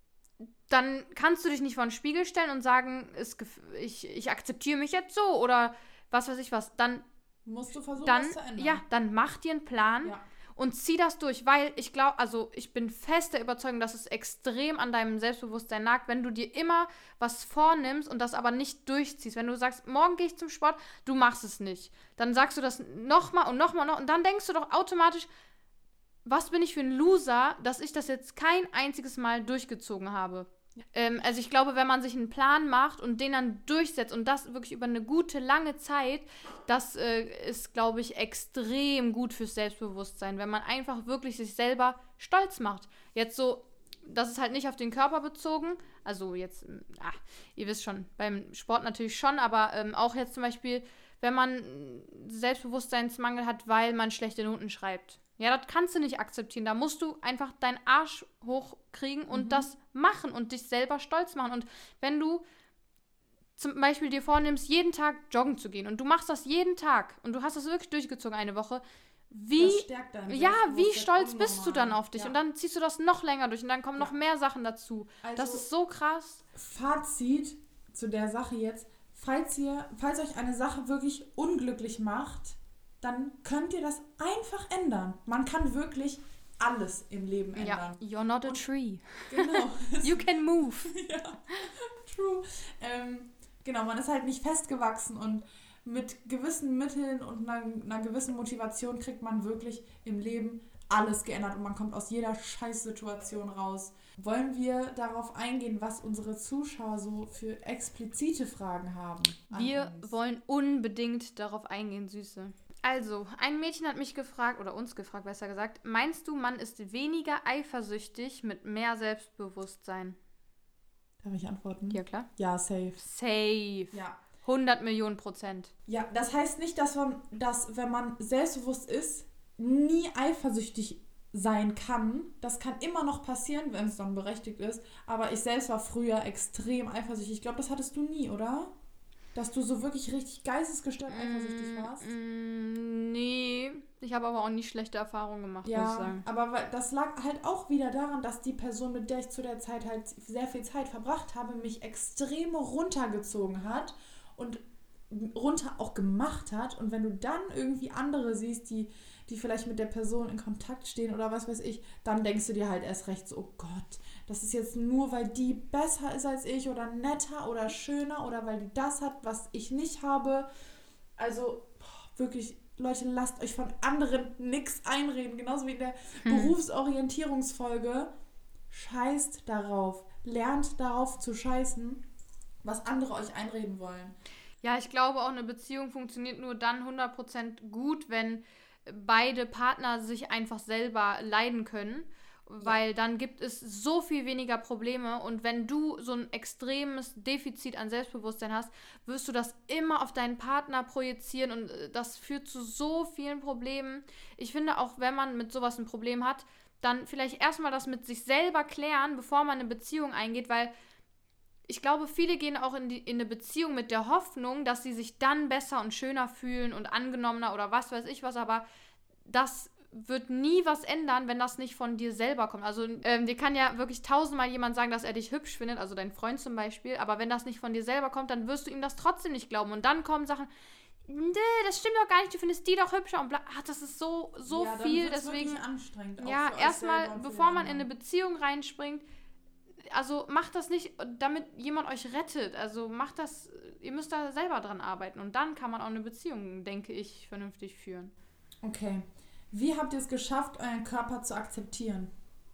dann kannst du dich nicht vor den Spiegel stellen und sagen, es, ich, ich akzeptiere mich jetzt so oder was weiß ich was. Dann musst du versuchen, dann, das zu ändern. Ja, dann mach dir einen Plan ja. und zieh das durch, weil ich glaube, also ich bin fest der Überzeugung, dass es extrem an deinem Selbstbewusstsein nagt, wenn du dir immer was vornimmst und das aber nicht durchziehst. Wenn du sagst, morgen gehe ich zum Sport, du machst es nicht. Dann sagst du das nochmal und nochmal noch und dann denkst du doch automatisch, was bin ich für ein Loser, dass ich das jetzt kein einziges Mal durchgezogen habe. Ja. Ähm, also ich glaube, wenn man sich einen Plan macht und den dann durchsetzt und das wirklich über eine gute, lange Zeit, das äh, ist, glaube ich, extrem gut fürs Selbstbewusstsein, wenn man einfach wirklich sich selber stolz macht. Jetzt so, das ist halt nicht auf den Körper bezogen, also jetzt, ach, ihr wisst schon, beim Sport natürlich schon, aber ähm, auch jetzt zum Beispiel, wenn man Selbstbewusstseinsmangel hat, weil man schlechte Noten schreibt. Ja, das kannst du nicht akzeptieren. Da musst du einfach deinen Arsch hochkriegen und mhm. das machen und dich selber stolz machen. Und wenn du zum Beispiel dir vornimmst, jeden Tag joggen zu gehen und du machst das jeden Tag und du hast das wirklich durchgezogen eine Woche, wie, ja, wie stolz bist du dann auf dich? Ja. Und dann ziehst du das noch länger durch und dann kommen ja. noch mehr Sachen dazu. Also, das ist so krass. Fazit zu der Sache jetzt. Falls ihr, falls euch eine Sache wirklich unglücklich macht, dann könnt ihr das einfach ändern. Man kann wirklich alles im Leben ändern. Ja, you're not a tree. Genau. You can move. Ja, true. Ähm, genau, man ist halt nicht festgewachsen und mit gewissen Mitteln und einer, einer gewissen Motivation kriegt man wirklich im Leben alles geändert und man kommt aus jeder Scheißsituation raus. Wollen wir darauf eingehen, was unsere Zuschauer so für explizite Fragen haben? Wir uns? wollen unbedingt darauf eingehen, Süße. Also, ein Mädchen hat mich gefragt, oder uns gefragt, besser gesagt, meinst du, man ist weniger eifersüchtig mit mehr Selbstbewusstsein? Darf ich antworten? Ja, klar. Ja, safe. Safe. Ja. hundert Millionen Prozent. Ja, das heißt nicht, dass man, dass, wenn man selbstbewusst ist, nie eifersüchtig sein kann. Das kann immer noch passieren, wenn es dann berechtigt ist. Aber ich selbst war früher extrem eifersüchtig. Ich glaube, das hattest du nie, oder? Dass du so wirklich richtig geistesgestört eifersüchtig warst? Mm, nee, ich habe aber auch nie schlechte Erfahrungen gemacht, ja, muss ich sagen. Aber das lag halt auch wieder daran, dass die Person, mit der ich zu der Zeit halt sehr viel Zeit verbracht habe, mich extrem runtergezogen hat und runter auch gemacht hat. Und wenn du dann irgendwie andere siehst, die, die vielleicht mit der Person in Kontakt stehen oder was weiß ich, dann denkst du dir halt erst recht so, oh Gott, das ist jetzt nur, weil die besser ist als ich oder netter oder schöner oder weil die das hat, was ich nicht habe. Also boah, wirklich, Leute, lasst euch von anderen nichts einreden. Genauso wie in der hm. Berufsorientierungsfolge. scheißt darauf. Lernt darauf zu scheißen, was andere euch einreden wollen. Ja, ich glaube auch, eine Beziehung funktioniert nur dann hundert Prozent gut, wenn beide Partner sich einfach selber leiden können. Weil dann gibt es so viel weniger Probleme und wenn du so ein extremes Defizit an Selbstbewusstsein hast, wirst du das immer auf deinen Partner projizieren und das führt zu so vielen Problemen. Ich finde auch, wenn man mit sowas ein Problem hat, dann vielleicht erstmal das mit sich selber klären, bevor man eine Beziehung eingeht, weil ich glaube, viele gehen auch in, die, in eine Beziehung mit der Hoffnung, dass sie sich dann besser und schöner fühlen und angenommener oder was weiß ich was, aber das wird nie was ändern, wenn das nicht von dir selber kommt. Also ähm, dir kann ja wirklich tausendmal jemand sagen, dass er dich hübsch findet, also dein Freund zum Beispiel, aber wenn das nicht von dir selber kommt, dann wirst du ihm das trotzdem nicht glauben. Und dann kommen Sachen, nee, das stimmt doch gar nicht, du findest die doch hübscher und bla. Ach, das ist so, so ja, viel, dann deswegen. Wirklich anstrengend. Auch ja, erstmal, bevor man in eine Beziehung reinspringt, also macht das nicht, damit jemand euch rettet. Also macht das, ihr müsst da selber dran arbeiten und dann kann man auch eine Beziehung, denke ich, vernünftig führen. Okay. Wie habt ihr es geschafft, euren Körper zu akzeptieren?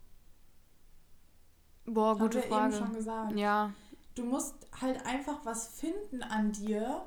Boah, gute Haben wir Frage. Eben schon gesagt. Ja. Du musst halt einfach was finden an dir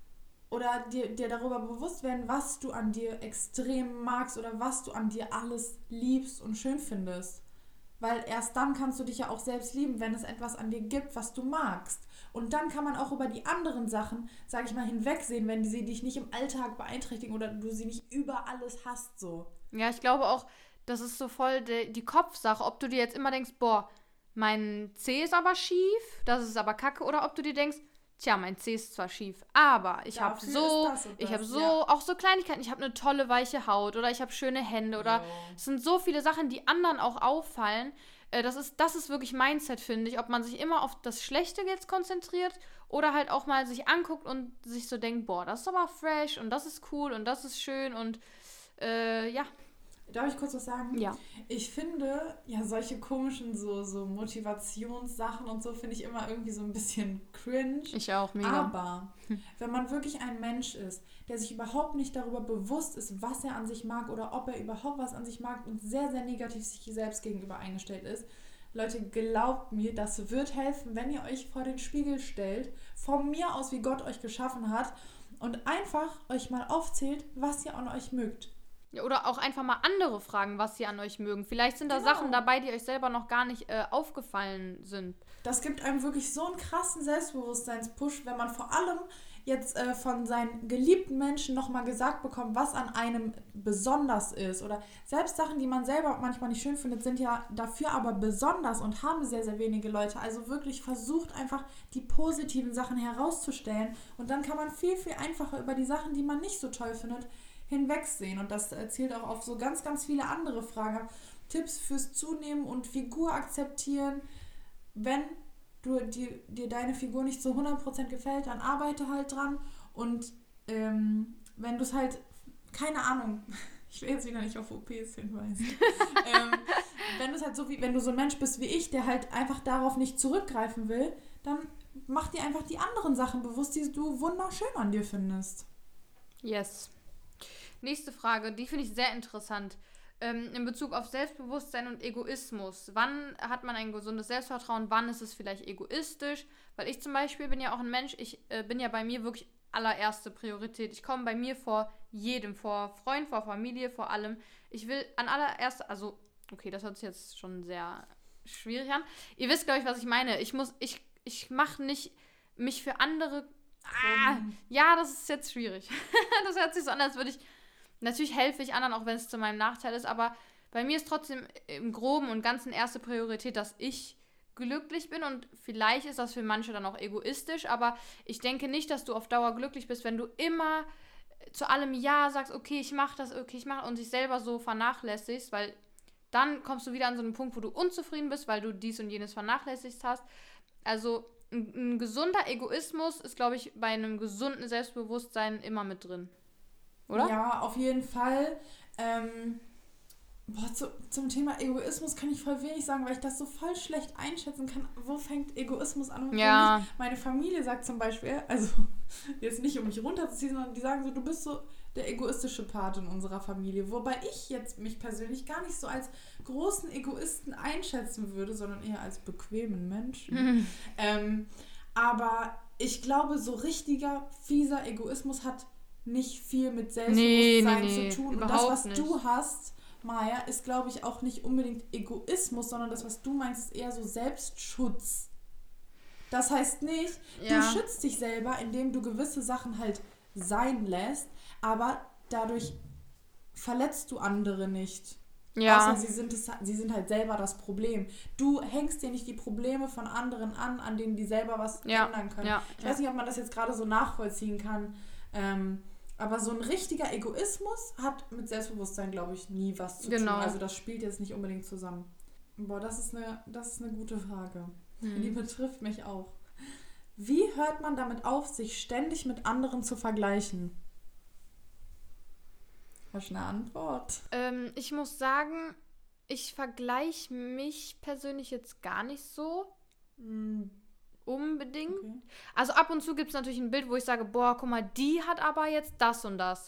oder dir, dir darüber bewusst werden, was du an dir extrem magst oder was du an dir alles liebst und schön findest. Weil erst dann kannst du dich ja auch selbst lieben, wenn es etwas an dir gibt, was du magst. Und dann kann man auch über die anderen Sachen, sag ich mal, hinwegsehen, wenn sie dich nicht im Alltag beeinträchtigen oder du sie nicht über alles hast, so. Ja, ich glaube auch, das ist so voll die, die Kopfsache, ob du dir jetzt immer denkst, boah, mein Zeh ist aber schief, das ist aber kacke, oder ob du dir denkst, tja, mein Zeh ist zwar schief, aber ich habe so, ich habe so, ja. auch so Kleinigkeiten, ich habe eine tolle weiche Haut oder ich habe schöne Hände oder no. Es sind so viele Sachen, die anderen auch auffallen. Das ist, das ist wirklich Mindset, finde ich, ob man sich immer auf das Schlechte jetzt konzentriert oder halt auch mal sich anguckt und sich so denkt, boah, das ist aber fresh und das ist cool und das ist schön und äh, ja. Darf ich kurz was sagen? Ja. Ich finde, ja, solche komischen so, so Motivationssachen und so finde ich immer irgendwie so ein bisschen cringe. Ich auch, mega. Aber wenn man wirklich ein Mensch ist, der sich überhaupt nicht darüber bewusst ist, was er an sich mag oder ob er überhaupt was an sich mag und sehr, sehr negativ sich selbst gegenüber eingestellt ist, Leute, glaubt mir, das wird helfen, wenn ihr euch vor den Spiegel stellt, von mir aus, wie Gott euch geschaffen hat und einfach euch mal aufzählt, was ihr an euch mögt. Oder auch einfach mal andere fragen, was sie an euch mögen. Vielleicht sind da genau. Sachen dabei, die euch selber noch gar nicht äh, aufgefallen sind. Das gibt einem wirklich so einen krassen Selbstbewusstseinspush, wenn man vor allem jetzt äh, von seinen geliebten Menschen nochmal gesagt bekommt, was an einem besonders ist. Oder selbst Sachen, die man selber manchmal nicht schön findet, sind ja dafür aber besonders und haben sehr, sehr wenige Leute. Also wirklich versucht einfach, die positiven Sachen herauszustellen. Und dann kann man viel, viel einfacher über die Sachen, die man nicht so toll findet, hinwegsehen. Und das zielt auch auf so ganz, ganz viele andere Fragen. Tipps fürs Zunehmen und Figur akzeptieren. Wenn du die, dir deine Figur nicht zu hundert Prozent gefällt, dann arbeite halt dran. Und ähm, wenn du es halt, keine Ahnung, ich will jetzt wieder nicht auf O Ps hinweisen, ähm, wenn du es halt so wie, wenn du so ein Mensch bist wie ich, der halt einfach darauf nicht zurückgreifen will, dann mach dir einfach die anderen Sachen bewusst, die du wunderschön an dir findest. Yes. Nächste Frage, die finde ich sehr interessant. Ähm, in Bezug auf Selbstbewusstsein und Egoismus. Wann hat man ein gesundes Selbstvertrauen? Wann ist es vielleicht egoistisch? Weil ich zum Beispiel bin ja auch ein Mensch, ich äh, bin ja bei mir wirklich allererste Priorität. Ich komme bei mir vor jedem, vor Freund, vor Familie, vor allem. Ich will an allererster, also, okay, das hört sich jetzt schon sehr schwierig an. Ihr wisst, glaube ich, was ich meine. Ich muss, ich, ich mache nicht mich für andere. Ah, ja, das ist jetzt schwierig. Das hört sich so an, als würde ich. Natürlich helfe ich anderen, auch wenn es zu meinem Nachteil ist, aber bei mir ist trotzdem im Groben und Ganzen erste Priorität, dass ich glücklich bin und vielleicht ist das für manche dann auch egoistisch, aber ich denke nicht, dass du auf Dauer glücklich bist, wenn du immer zu allem Ja sagst, okay, ich mache das, okay, ich mache und dich selber so vernachlässigst, weil dann kommst du wieder an so einen Punkt, wo du unzufrieden bist, weil du dies und jenes vernachlässigt hast. Also ein, ein gesunder Egoismus ist, glaube ich, bei einem gesunden Selbstbewusstsein immer mit drin. Oder? Ja, auf jeden Fall. Ähm, boah, zu, zum Thema Egoismus kann ich voll wenig sagen, weil ich das so voll schlecht einschätzen kann. Wo fängt Egoismus an? Und ja. Meine Familie sagt zum Beispiel, also jetzt nicht um mich runterzuziehen, sondern die sagen so, du bist so, der egoistische Part in unserer Familie. Wobei ich jetzt mich persönlich gar nicht so als großen Egoisten einschätzen würde, sondern eher als bequemen Menschen. Mhm. Ähm, aber ich glaube, so richtiger, fieser Egoismus hat nicht viel mit Selbstbewusstsein nee, nee, nee, zu tun. Und das, was nicht. du hast, Maja, ist, glaube ich, auch nicht unbedingt Egoismus, sondern das, was du meinst, ist eher so Selbstschutz. Das heißt nicht, ja. du schützt dich selber, indem du gewisse Sachen halt sein lässt, aber dadurch verletzt du andere nicht. Ja. Außer sie sind, es, sie sind halt selber das Problem. Du hängst dir nicht die Probleme von anderen an, an denen die selber was ja. ändern können. Ja. Ich weiß nicht, ob man das jetzt gerade so nachvollziehen kann, ähm, aber so ein richtiger Egoismus hat mit Selbstbewusstsein, glaube ich, nie was zu genau. tun. Also das spielt jetzt nicht unbedingt zusammen. Boah, das ist eine, das ist eine gute Frage. Hm. Die betrifft mich auch. Wie hört man damit auf, sich ständig mit anderen zu vergleichen? Hast du eine Antwort? Ähm, ich muss sagen, ich vergleiche mich persönlich jetzt gar nicht so mm, unbedingt. Okay. Also ab und zu gibt es natürlich ein Bild, wo ich sage, boah, guck mal, die hat aber jetzt das und das.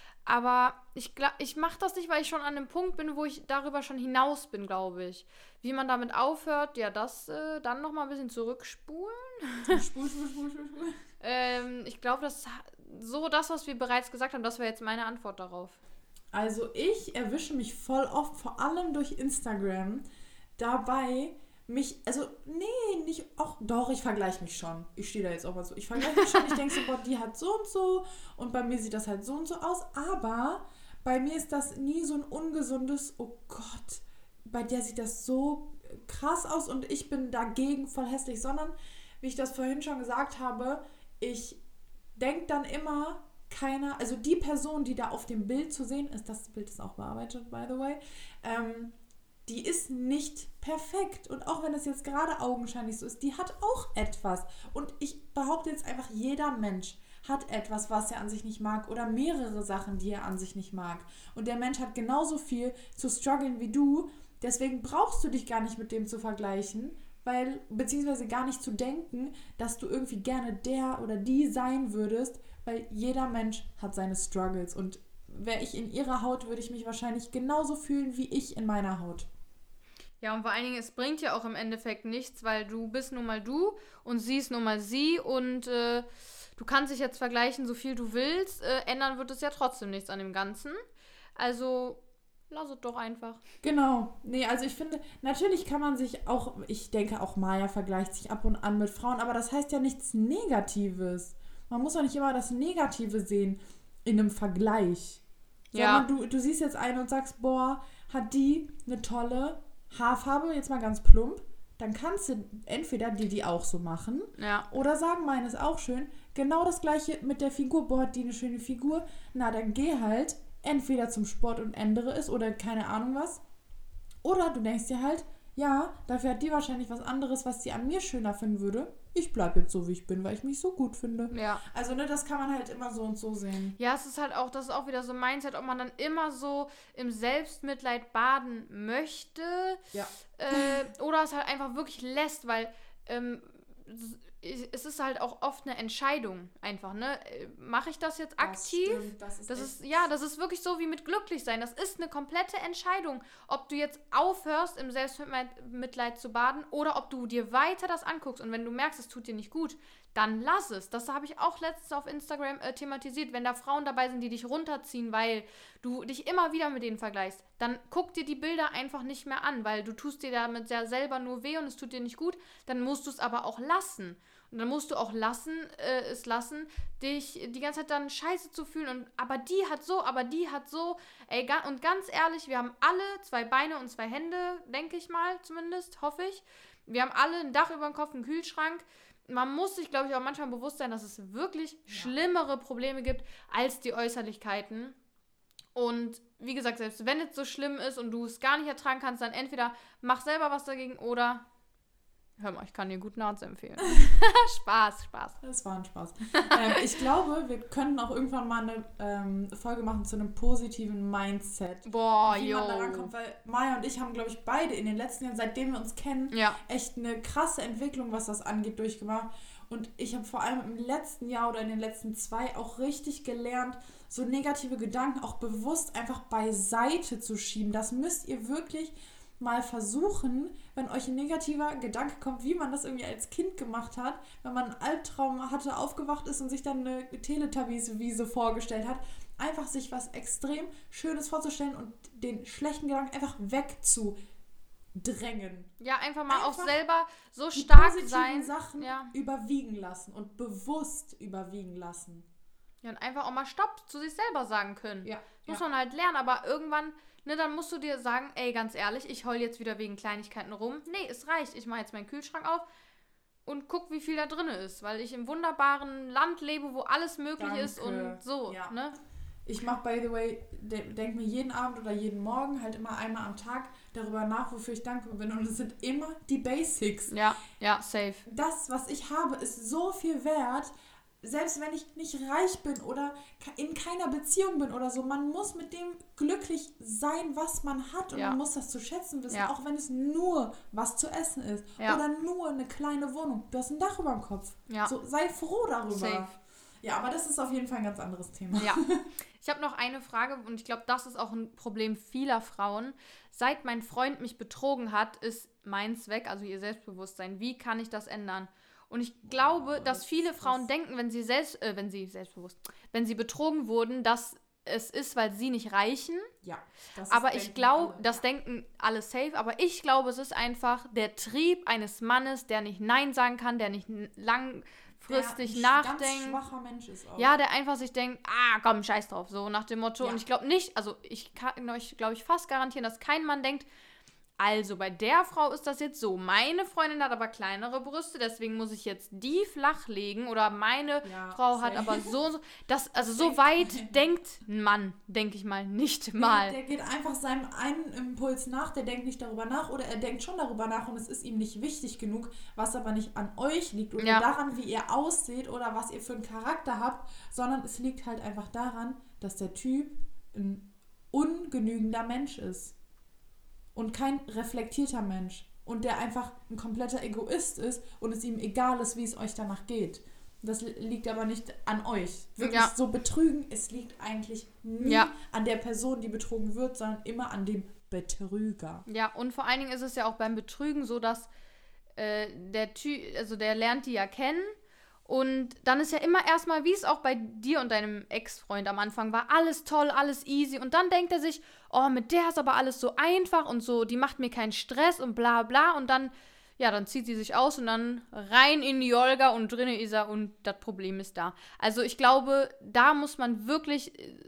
Aber ich, ich mache das nicht, weil ich schon an einem Punkt bin, wo ich darüber schon hinaus bin, glaube ich. Wie man damit aufhört, ja, das äh, dann nochmal ein bisschen zurückspulen. Spul, spul, spul, spul, spul. ähm, ich glaube, das so das, was wir bereits gesagt haben, das wäre jetzt meine Antwort darauf. Also ich erwische mich voll oft, vor allem durch Instagram, dabei mich, also nee, nicht, auch doch, ich vergleiche mich schon. Ich stehe da jetzt auch mal so. Ich vergleiche mich schon, ich denke so, boah, die hat so und so und bei mir sieht das halt so und so aus, aber bei mir ist das nie so ein ungesundes, oh Gott, bei der sieht das so krass aus und ich bin dagegen voll hässlich, sondern, wie ich das vorhin schon gesagt habe, ich denke dann immer, keiner, also die Person, die da auf dem Bild zu sehen ist, das Bild ist auch bearbeitet, by the way, ähm, die ist nicht perfekt. Und auch wenn es jetzt gerade augenscheinlich so ist, die hat auch etwas. Und ich behaupte jetzt einfach, jeder Mensch hat etwas, was er an sich nicht mag oder mehrere Sachen, die er an sich nicht mag. Und der Mensch hat genauso viel zu strugglen wie du. Deswegen brauchst du dich gar nicht mit dem zu vergleichen, weil, beziehungsweise gar nicht zu denken, dass du irgendwie gerne der oder die sein würdest, weil jeder Mensch hat seine Struggles. Und wäre ich in ihrer Haut, würde ich mich wahrscheinlich genauso fühlen wie ich in meiner Haut. Ja, und vor allen Dingen, es bringt ja auch im Endeffekt nichts, weil du bist nun mal du und sie ist nun mal sie und äh, du kannst dich jetzt vergleichen, so viel du willst, äh, ändern wird es ja trotzdem nichts an dem Ganzen. Also lass es doch einfach. Genau. Nee, also ich finde, natürlich kann man sich auch, ich denke auch Maja vergleicht sich ab und an mit Frauen, aber das heißt ja nichts Negatives. Man muss doch nicht immer das Negative sehen in einem Vergleich. Ja. Sondern du, du siehst jetzt einen und sagst, boah, hat die eine tolle Haarfarbe, jetzt mal ganz plump, dann kannst du entweder die die auch so machen ja. oder sagen, meine ist auch schön. Genau das gleiche mit der Figur, boah, hat die eine schöne Figur. Na, dann geh halt entweder zum Sport und ändere es oder keine Ahnung was. Oder du denkst dir halt, ja, dafür hat die wahrscheinlich was anderes, was sie an mir schöner finden würde. Ich bleibe jetzt so, wie ich bin, weil ich mich so gut finde. Ja. Also, ne, das kann man halt immer so und so sehen. Ja, es ist halt auch, das ist auch wieder so ein Mindset, ob man dann immer so im Selbstmitleid baden möchte. Ja. Äh, oder es halt einfach wirklich lässt, weil ähm, es ist halt auch oft eine Entscheidung einfach, ne? Mache ich das jetzt aktiv? Das stimmt, das ist, das ist ja, das ist wirklich so wie mit Glücklichsein. Das ist eine komplette Entscheidung, ob du jetzt aufhörst, im Selbstmitleid zu baden oder ob du dir weiter das anguckst. Und wenn du merkst, es tut dir nicht gut, dann lass es. Das habe ich auch letztens auf Instagram äh, thematisiert. Wenn da Frauen dabei sind, die dich runterziehen, weil du dich immer wieder mit denen vergleichst, dann guck dir die Bilder einfach nicht mehr an, weil du tust dir damit ja selber nur weh und es tut dir nicht gut. Dann musst du es aber auch lassen. Und dann musst du auch lassen, äh, es lassen, dich die ganze Zeit dann scheiße zu fühlen. Und aber die hat so, aber die hat so. Ey, ga, und ganz ehrlich, wir haben alle zwei Beine und zwei Hände, denke ich mal zumindest, hoffe ich. Wir haben alle ein Dach über dem Kopf, einen Kühlschrank. Man muss sich, glaube ich, auch manchmal bewusst sein, dass es wirklich ja. schlimmere Probleme gibt als die Äußerlichkeiten. Und wie gesagt, selbst wenn es so schlimm ist und du es gar nicht ertragen kannst, dann entweder mach selber was dagegen oder hör mal, ich kann dir einen guten Arzt empfehlen. Spaß, Spaß. Das war ein Spaß. ähm, ich glaube, wir können auch irgendwann mal eine ähm, Folge machen zu einem positiven Mindset. Boah, wie jo. man da rankommt, weil Maja und ich haben, glaube ich, beide in den letzten Jahren, seitdem wir uns kennen, ja. echt eine krasse Entwicklung, was das angeht, durchgemacht. Und ich habe vor allem im letzten Jahr oder in den letzten zwei auch richtig gelernt, so negative Gedanken auch bewusst einfach beiseite zu schieben. Das müsst ihr wirklich mal versuchen, wenn euch ein negativer Gedanke kommt, wie man das irgendwie als Kind gemacht hat, wenn man einen Albtraum hatte, aufgewacht ist und sich dann eine Teletubbies-Wiese vorgestellt hat, einfach sich was extrem Schönes vorzustellen und den schlechten Gedanken einfach wegzudrängen. Ja, einfach mal Einfach auch selber so stark die sein. Sachen ja. überwiegen lassen und bewusst überwiegen lassen. Ja, und einfach auch mal Stopp zu sich selber sagen können. Ja. Das muss ja. man halt lernen, aber irgendwann, ne, dann musst du dir sagen, ey, ganz ehrlich, ich heul jetzt wieder wegen Kleinigkeiten rum. Nee, es reicht. Ich mache jetzt meinen Kühlschrank auf und guck, wie viel da drin ist, weil ich im wunderbaren Land lebe, wo alles möglich Danke. ist und so, ja. ne? Ich mache, by the way, de- denke mir jeden Abend oder jeden Morgen halt immer einmal am Tag darüber nach, wofür ich dankbar bin. Und es sind immer die Basics. Ja, ja, safe. Das, was ich habe, ist so viel wert, selbst wenn ich nicht reich bin oder in keiner Beziehung bin oder so. Man muss mit dem glücklich sein, was man hat. Und ja. man muss das zu schätzen wissen, ja. auch wenn es nur was zu essen ist. Ja. Oder nur eine kleine Wohnung. Du hast ein Dach über dem Kopf. Ja. So, sei froh darüber. Safe. Ja, aber das ist auf jeden Fall ein ganz anderes Thema. Ja. Ich habe noch eine Frage und ich glaube, das ist auch ein Problem vieler Frauen. Seit mein Freund mich betrogen hat, ist meins weg, also ihr Selbstbewusstsein. Wie kann ich das ändern? Und ich glaube, Oh, dass das viele ist Frauen das. denken, wenn sie selbst, äh, wenn sie selbstbewusst, wenn sie betrogen wurden, dass es ist, weil sie nicht reichen. Ja. Das Aber ist, ich denken glaube, alle. das denken alle safe, aber ich glaube, es ist einfach der Trieb eines Mannes, der nicht Nein sagen kann, der nicht n- langfristig der ein nachdenkt. ganz schwacher Mensch ist auch. Ja, der einfach sich denkt, ah, komm, scheiß drauf, so nach dem Motto. Ja. Und ich glaube nicht, also ich kann euch, glaube ich, fast garantieren, dass kein Mann denkt, also bei der Frau ist das jetzt so. Meine Freundin hat aber kleinere Brüste, deswegen muss ich jetzt die flach legen. Oder meine Ja, Frau hat safe. aber so und so. Das, also so Safe. weit denkt ein Mann, denke ich mal, nicht mal. Der geht einfach seinem einen Impuls nach, der denkt nicht darüber nach oder er denkt schon darüber nach und es ist ihm nicht wichtig genug, was aber nicht an euch liegt oder Ja. daran, wie ihr ausseht oder was ihr für einen Charakter habt, sondern es liegt halt einfach daran, dass der Typ ein ungenügender Mensch ist und kein reflektierter Mensch und der einfach ein kompletter Egoist ist und es ihm egal ist, wie es euch danach geht. Das liegt aber nicht an euch. Wirklich Ja. so betrügen, es liegt eigentlich nie Ja. an der Person, die betrogen wird, sondern immer an dem Betrüger. Ja, und vor allen Dingen ist es ja auch beim Betrügen so, dass äh, der Ty also der lernt die ja kennen und dann ist ja immer erstmal, wie es auch bei dir und deinem Ex-Freund am Anfang war, alles toll, alles easy und dann denkt er sich, oh, mit der ist aber alles so einfach und so, die macht mir keinen Stress und bla bla und dann, ja, dann zieht sie sich aus und dann rein in die Olga und drinne ist er und das Problem ist da. Also ich glaube, da muss man wirklich äh,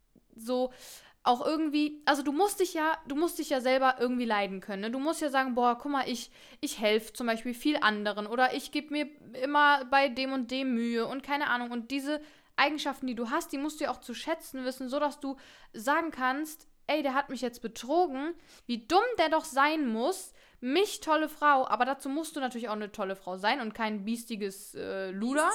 so auch irgendwie, also du musst dich ja, du musst dich ja selber irgendwie leiden können. Ne? Du musst ja sagen, boah, guck mal, ich, ich helfe zum Beispiel viel anderen oder ich gebe mir immer bei dem und dem Mühe und keine Ahnung. Und diese Eigenschaften, die du hast, die musst du ja auch zu schätzen wissen, sodass du sagen kannst, ey, der hat mich jetzt betrogen, wie dumm der doch sein muss, mich tolle Frau, aber dazu musst du natürlich auch eine tolle Frau sein und kein biestiges äh, Luder.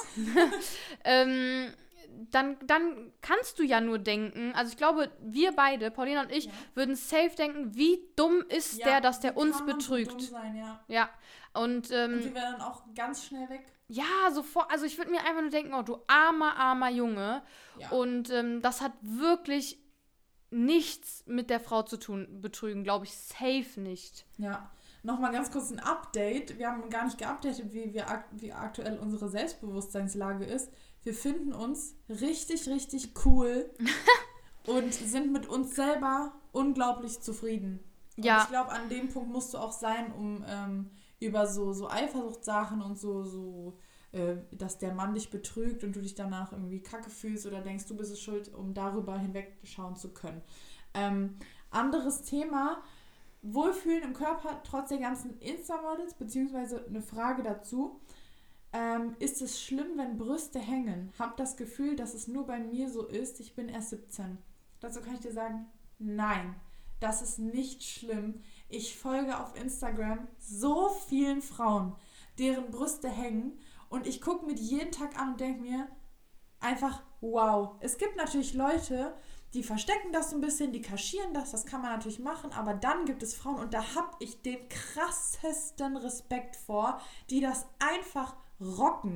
ähm, Dann, dann kannst du ja nur denken, also ich glaube, wir beide, Paulina und ich, Ja. würden safe denken, wie dumm ist Ja, der, dass der wie uns kann man so betrügt. dumm sein, ja. Ja, und, ähm, Und die wäre dann auch ganz schnell weg. ja, sofort, also ich würde mir einfach nur denken, oh, du armer, armer Junge. Ja. Und ähm, das hat wirklich nichts mit der Frau zu tun, betrügen, glaube ich, safe nicht. Ja. Nochmal ganz kurz ein Update. Wir haben gar nicht geupdatet, wie, wir ak- wie aktuell unsere Selbstbewusstseinslage ist. Wir finden uns richtig, richtig cool und sind mit uns selber unglaublich zufrieden. Und Ja. ich glaube, an dem Punkt musst du auch sein, um ähm, über so, so Eifersuchtssachen und so, so äh, dass der Mann dich betrügt und du dich danach irgendwie kacke fühlst oder denkst, du bist es schuld, um darüber hinwegschauen zu können. Ähm, anderes Thema, Wohlfühlen im Körper trotz der ganzen Insta-Models, beziehungsweise eine Frage dazu. Ähm, ist es schlimm, wenn Brüste hängen? Hab das Gefühl, dass es nur bei mir so ist. Ich bin erst siebzehn. Dazu kann ich dir sagen, nein, das ist nicht schlimm. Ich folge auf Instagram so vielen Frauen, deren Brüste hängen und ich gucke mir die jeden Tag an und denke mir einfach, wow. Es gibt natürlich Leute, die verstecken das so ein bisschen, die kaschieren das, das kann man natürlich machen, aber dann gibt es Frauen und da habe ich den krassesten Respekt vor, die das einfach rocken.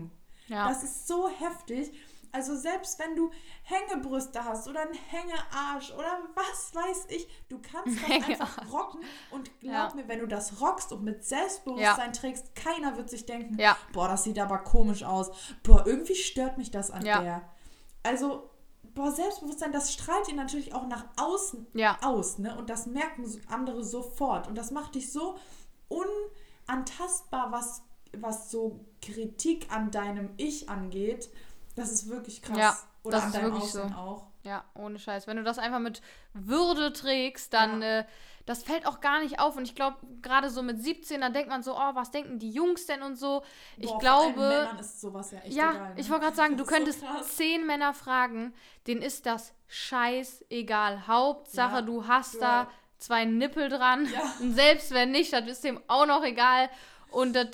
Ja. Das ist so heftig. Also selbst wenn du Hängebrüste hast oder einen Hängearsch oder was weiß ich, du kannst das einfach rocken und glaub ja. mir, wenn du das rockst und mit Selbstbewusstsein ja. trägst, keiner wird sich denken, ja. boah, das sieht aber komisch aus, boah, irgendwie stört mich das an ja. der. Also, boah, Selbstbewusstsein, das strahlt ihn natürlich auch nach außen ja. aus, ne? Und das merken andere sofort und das macht dich so unantastbar, was, was so Kritik an deinem Ich angeht. Das ist wirklich krass. Ja, oder das an deinem Aussehen so. Auch. Ja, ohne Scheiß. Wenn du das einfach mit Würde trägst, dann, ja. äh, das fällt auch gar nicht auf. Und ich glaube, gerade so mit siebzehn, dann denkt man so, oh, was denken die Jungs denn und so. Ich Boah, glaube, vor allem Männern ist sowas ja echt ja, egal. Ja, ne? Ich wollte gerade sagen, du könntest so zehn Männer fragen, denen ist das scheißegal. Hauptsache, ja, du hast ja. da zwei Nippel dran. Ja. Und selbst wenn nicht, das ist dem auch noch egal. Und das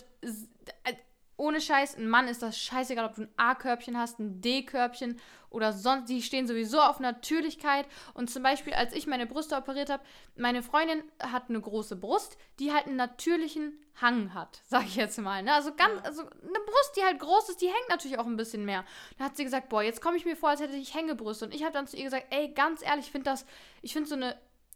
ohne Scheiß, ein Mann ist das scheißegal, ob du ein A-Körbchen hast, ein D-Körbchen oder sonst, die stehen sowieso auf Natürlichkeit. Und zum Beispiel, als ich meine Brüste operiert habe, meine Freundin hat eine große Brust, die halt einen natürlichen Hang hat, sag ich jetzt mal. Ne? Also, ganz, also eine Brust, die halt groß ist, die hängt natürlich auch ein bisschen mehr. Da hat sie gesagt, boah, jetzt komme ich mir vor, als hätte ich Hängebrüste. Und ich habe dann zu ihr gesagt, ey, ganz ehrlich, ich finde das, ich finde so eine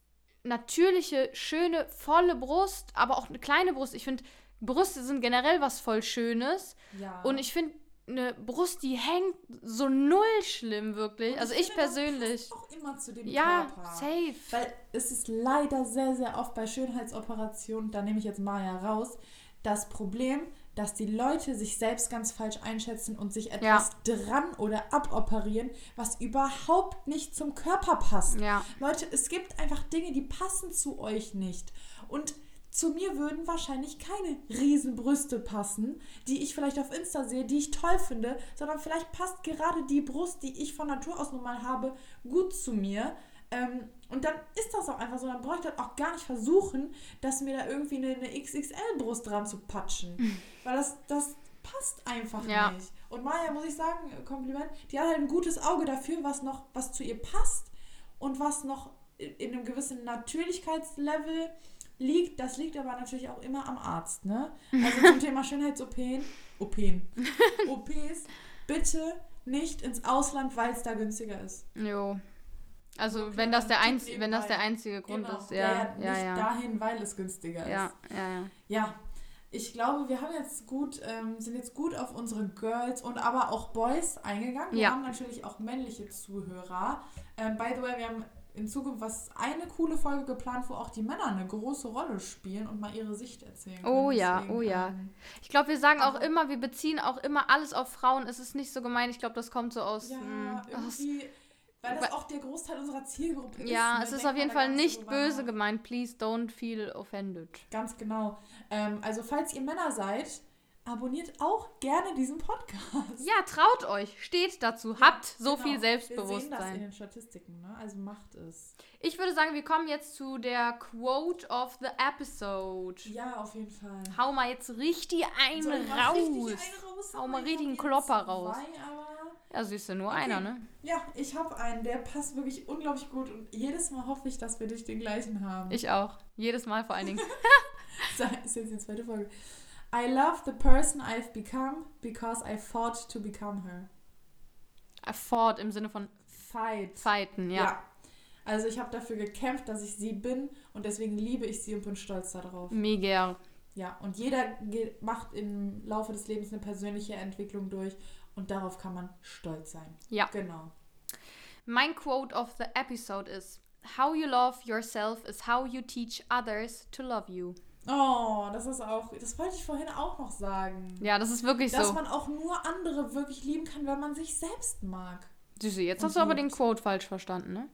natürliche, schöne, volle Brust, aber auch eine kleine Brust, ich finde, Brüste sind generell was voll Schönes. Ja. Und ich finde, eine Brust, die hängt so null schlimm, wirklich. Und also ich, ich finde, persönlich. Das passt auch immer zu dem ja, Körper. Safe. Weil es ist leider sehr, sehr oft bei Schönheitsoperationen, da nehme ich jetzt Maja raus, das Problem, dass die Leute sich selbst ganz falsch einschätzen und sich etwas ja. dran oder aboperieren, was überhaupt nicht zum Körper passt. Ja. Leute, es gibt einfach Dinge, die passen zu euch nicht. Und zu mir würden wahrscheinlich keine Riesenbrüste passen, die ich vielleicht auf Insta sehe, die ich toll finde, sondern vielleicht passt gerade die Brust, die ich von Natur aus nun mal habe, gut zu mir. Ähm, und dann ist das auch einfach so, dann brauche ich das auch gar nicht versuchen, dass mir da irgendwie eine, eine X X L-Brust dran zu patschen. Mhm. Weil das, das passt einfach ja. nicht. Und Maja, muss ich sagen, Kompliment, die hat halt ein gutes Auge dafür, was noch, was zu ihr passt und was noch in einem gewissen Natürlichkeitslevel liegt. Das liegt aber natürlich auch immer am Arzt, ne? Also zum Thema Schönheits-O P'n, O P'n, O Ps, bitte nicht ins Ausland, weil es da günstiger ist. Jo. Also okay, wenn das der einz- wenn das der einzige Grund genau. ist, ja. Ja, ja, nicht ja. dahin, weil es günstiger ja, ist. Ja, ja, ja. Ich glaube, wir haben jetzt gut, ähm, sind jetzt gut auf unsere Girls und aber auch Boys eingegangen. Wir ja. haben natürlich auch männliche Zuhörer. Ähm, by the way, wir haben in Zukunft was eine coole Folge geplant, wo auch die Männer eine große Rolle spielen und mal ihre Sicht erzählen können. Oh ja, Deswegen, oh ja. Ähm, ich glaube, wir sagen auch immer, wir beziehen auch immer alles auf Frauen. Es ist nicht so gemein. Ich glaube, das kommt so aus... Ja, mh, irgendwie... Aus, weil das auch der Großteil unserer Zielgruppe ist. Ja, es ist auf jeden Fall nicht böse gemeint. Please don't feel offended. Ganz genau. Ähm, also falls ihr Männer seid, abonniert auch gerne diesen Podcast. Ja, traut euch. Steht dazu. Ja, Habt so genau. viel Selbstbewusstsein. Wir sehen das in den Statistiken, ne? Also macht es. Ich würde sagen, wir kommen jetzt zu der Quote of the Episode. Ja, auf jeden Fall. Hau mal jetzt richtig einen Soll ich raus. Richtig einen raus. Hau mal richtig einen Klopper raus. Zwei, aber ja, siehst du, nur okay. einer, ne? Ja, ich habe einen, der passt wirklich unglaublich gut und jedes Mal hoffe ich, dass wir dich den gleichen haben. Ich auch. Jedes Mal vor allen Dingen. Das ist jetzt die zweite Folge. I love the person I've become because I fought to become her. I fought im Sinne von Fight. Fighten, ja. ja. Also ich habe dafür gekämpft, dass ich sie bin und deswegen liebe ich sie und bin stolz darauf. Mega. Ja, und jeder ge- macht im Laufe des Lebens eine persönliche Entwicklung durch und darauf kann man stolz sein. Ja. Genau. Mein Quote of the episode ist: How you love yourself is how you teach others to love you. Oh, das ist auch, das wollte ich vorhin auch noch sagen. Ja, das ist wirklich Dass so. Dass man auch nur andere wirklich lieben kann, wenn man sich selbst mag. Süße, jetzt und hast du aber den Quote falsch verstanden, ne?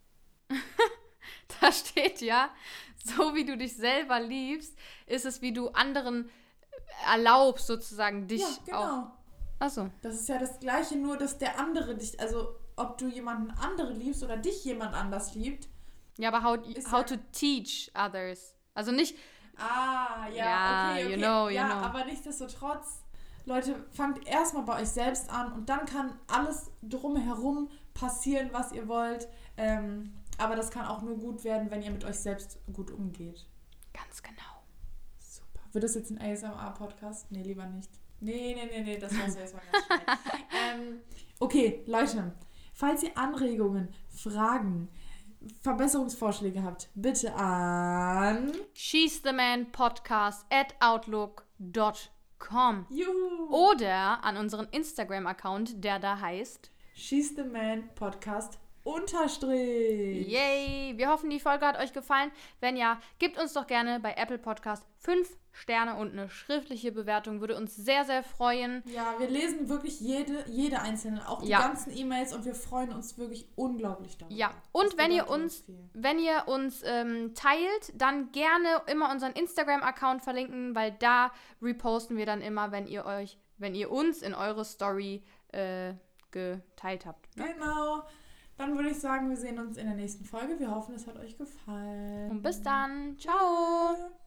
Da steht ja, so wie du dich selber liebst, ist es, wie du anderen erlaubst, sozusagen, dich ja, genau. auch... Achso. Das ist ja das Gleiche, nur dass der andere dich, also ob du jemanden anderen liebst oder dich jemand anders liebt. Ja, aber how, how ja to teach others. Also nicht... Ah, ja, ja okay, okay. You know, you ja, know. aber nichtsdestotrotz, Leute, fangt erstmal bei euch selbst an und dann kann alles drumherum passieren, was ihr wollt. Ähm, aber das kann auch nur gut werden, wenn ihr mit euch selbst gut umgeht. Ganz genau. Super. Wird das jetzt ein A S M R-Podcast? Nee, lieber nicht. Nee, nee, nee, nee, das war's jetzt mal ganz schnell. ähm, okay, Leute, falls ihr Anregungen, Fragen, Verbesserungsvorschläge habt, bitte an she's the man podcast at outlook dot com Juhu. Oder an unseren Instagram-Account, der da heißt she's the man podcast unterstrich. Yay! Wir hoffen, die Folge hat euch gefallen. Wenn ja, gebt uns doch gerne bei Apple Podcast fünf Sterne und eine schriftliche Bewertung. Würde uns sehr, sehr freuen. Ja, wir lesen wirklich jede, jede einzelne, auch die ja. ganzen E-Mails und wir freuen uns wirklich unglaublich darüber. Ja, und wenn ihr uns, wenn ihr uns ähm, teilt, dann gerne immer unseren Instagram-Account verlinken, weil da reposten wir dann immer, wenn ihr euch, wenn ihr uns in eure Story äh, geteilt habt. Ne? Genau. Dann würde ich sagen, wir sehen uns in der nächsten Folge. Wir hoffen, es hat euch gefallen. Und bis dann. Ciao.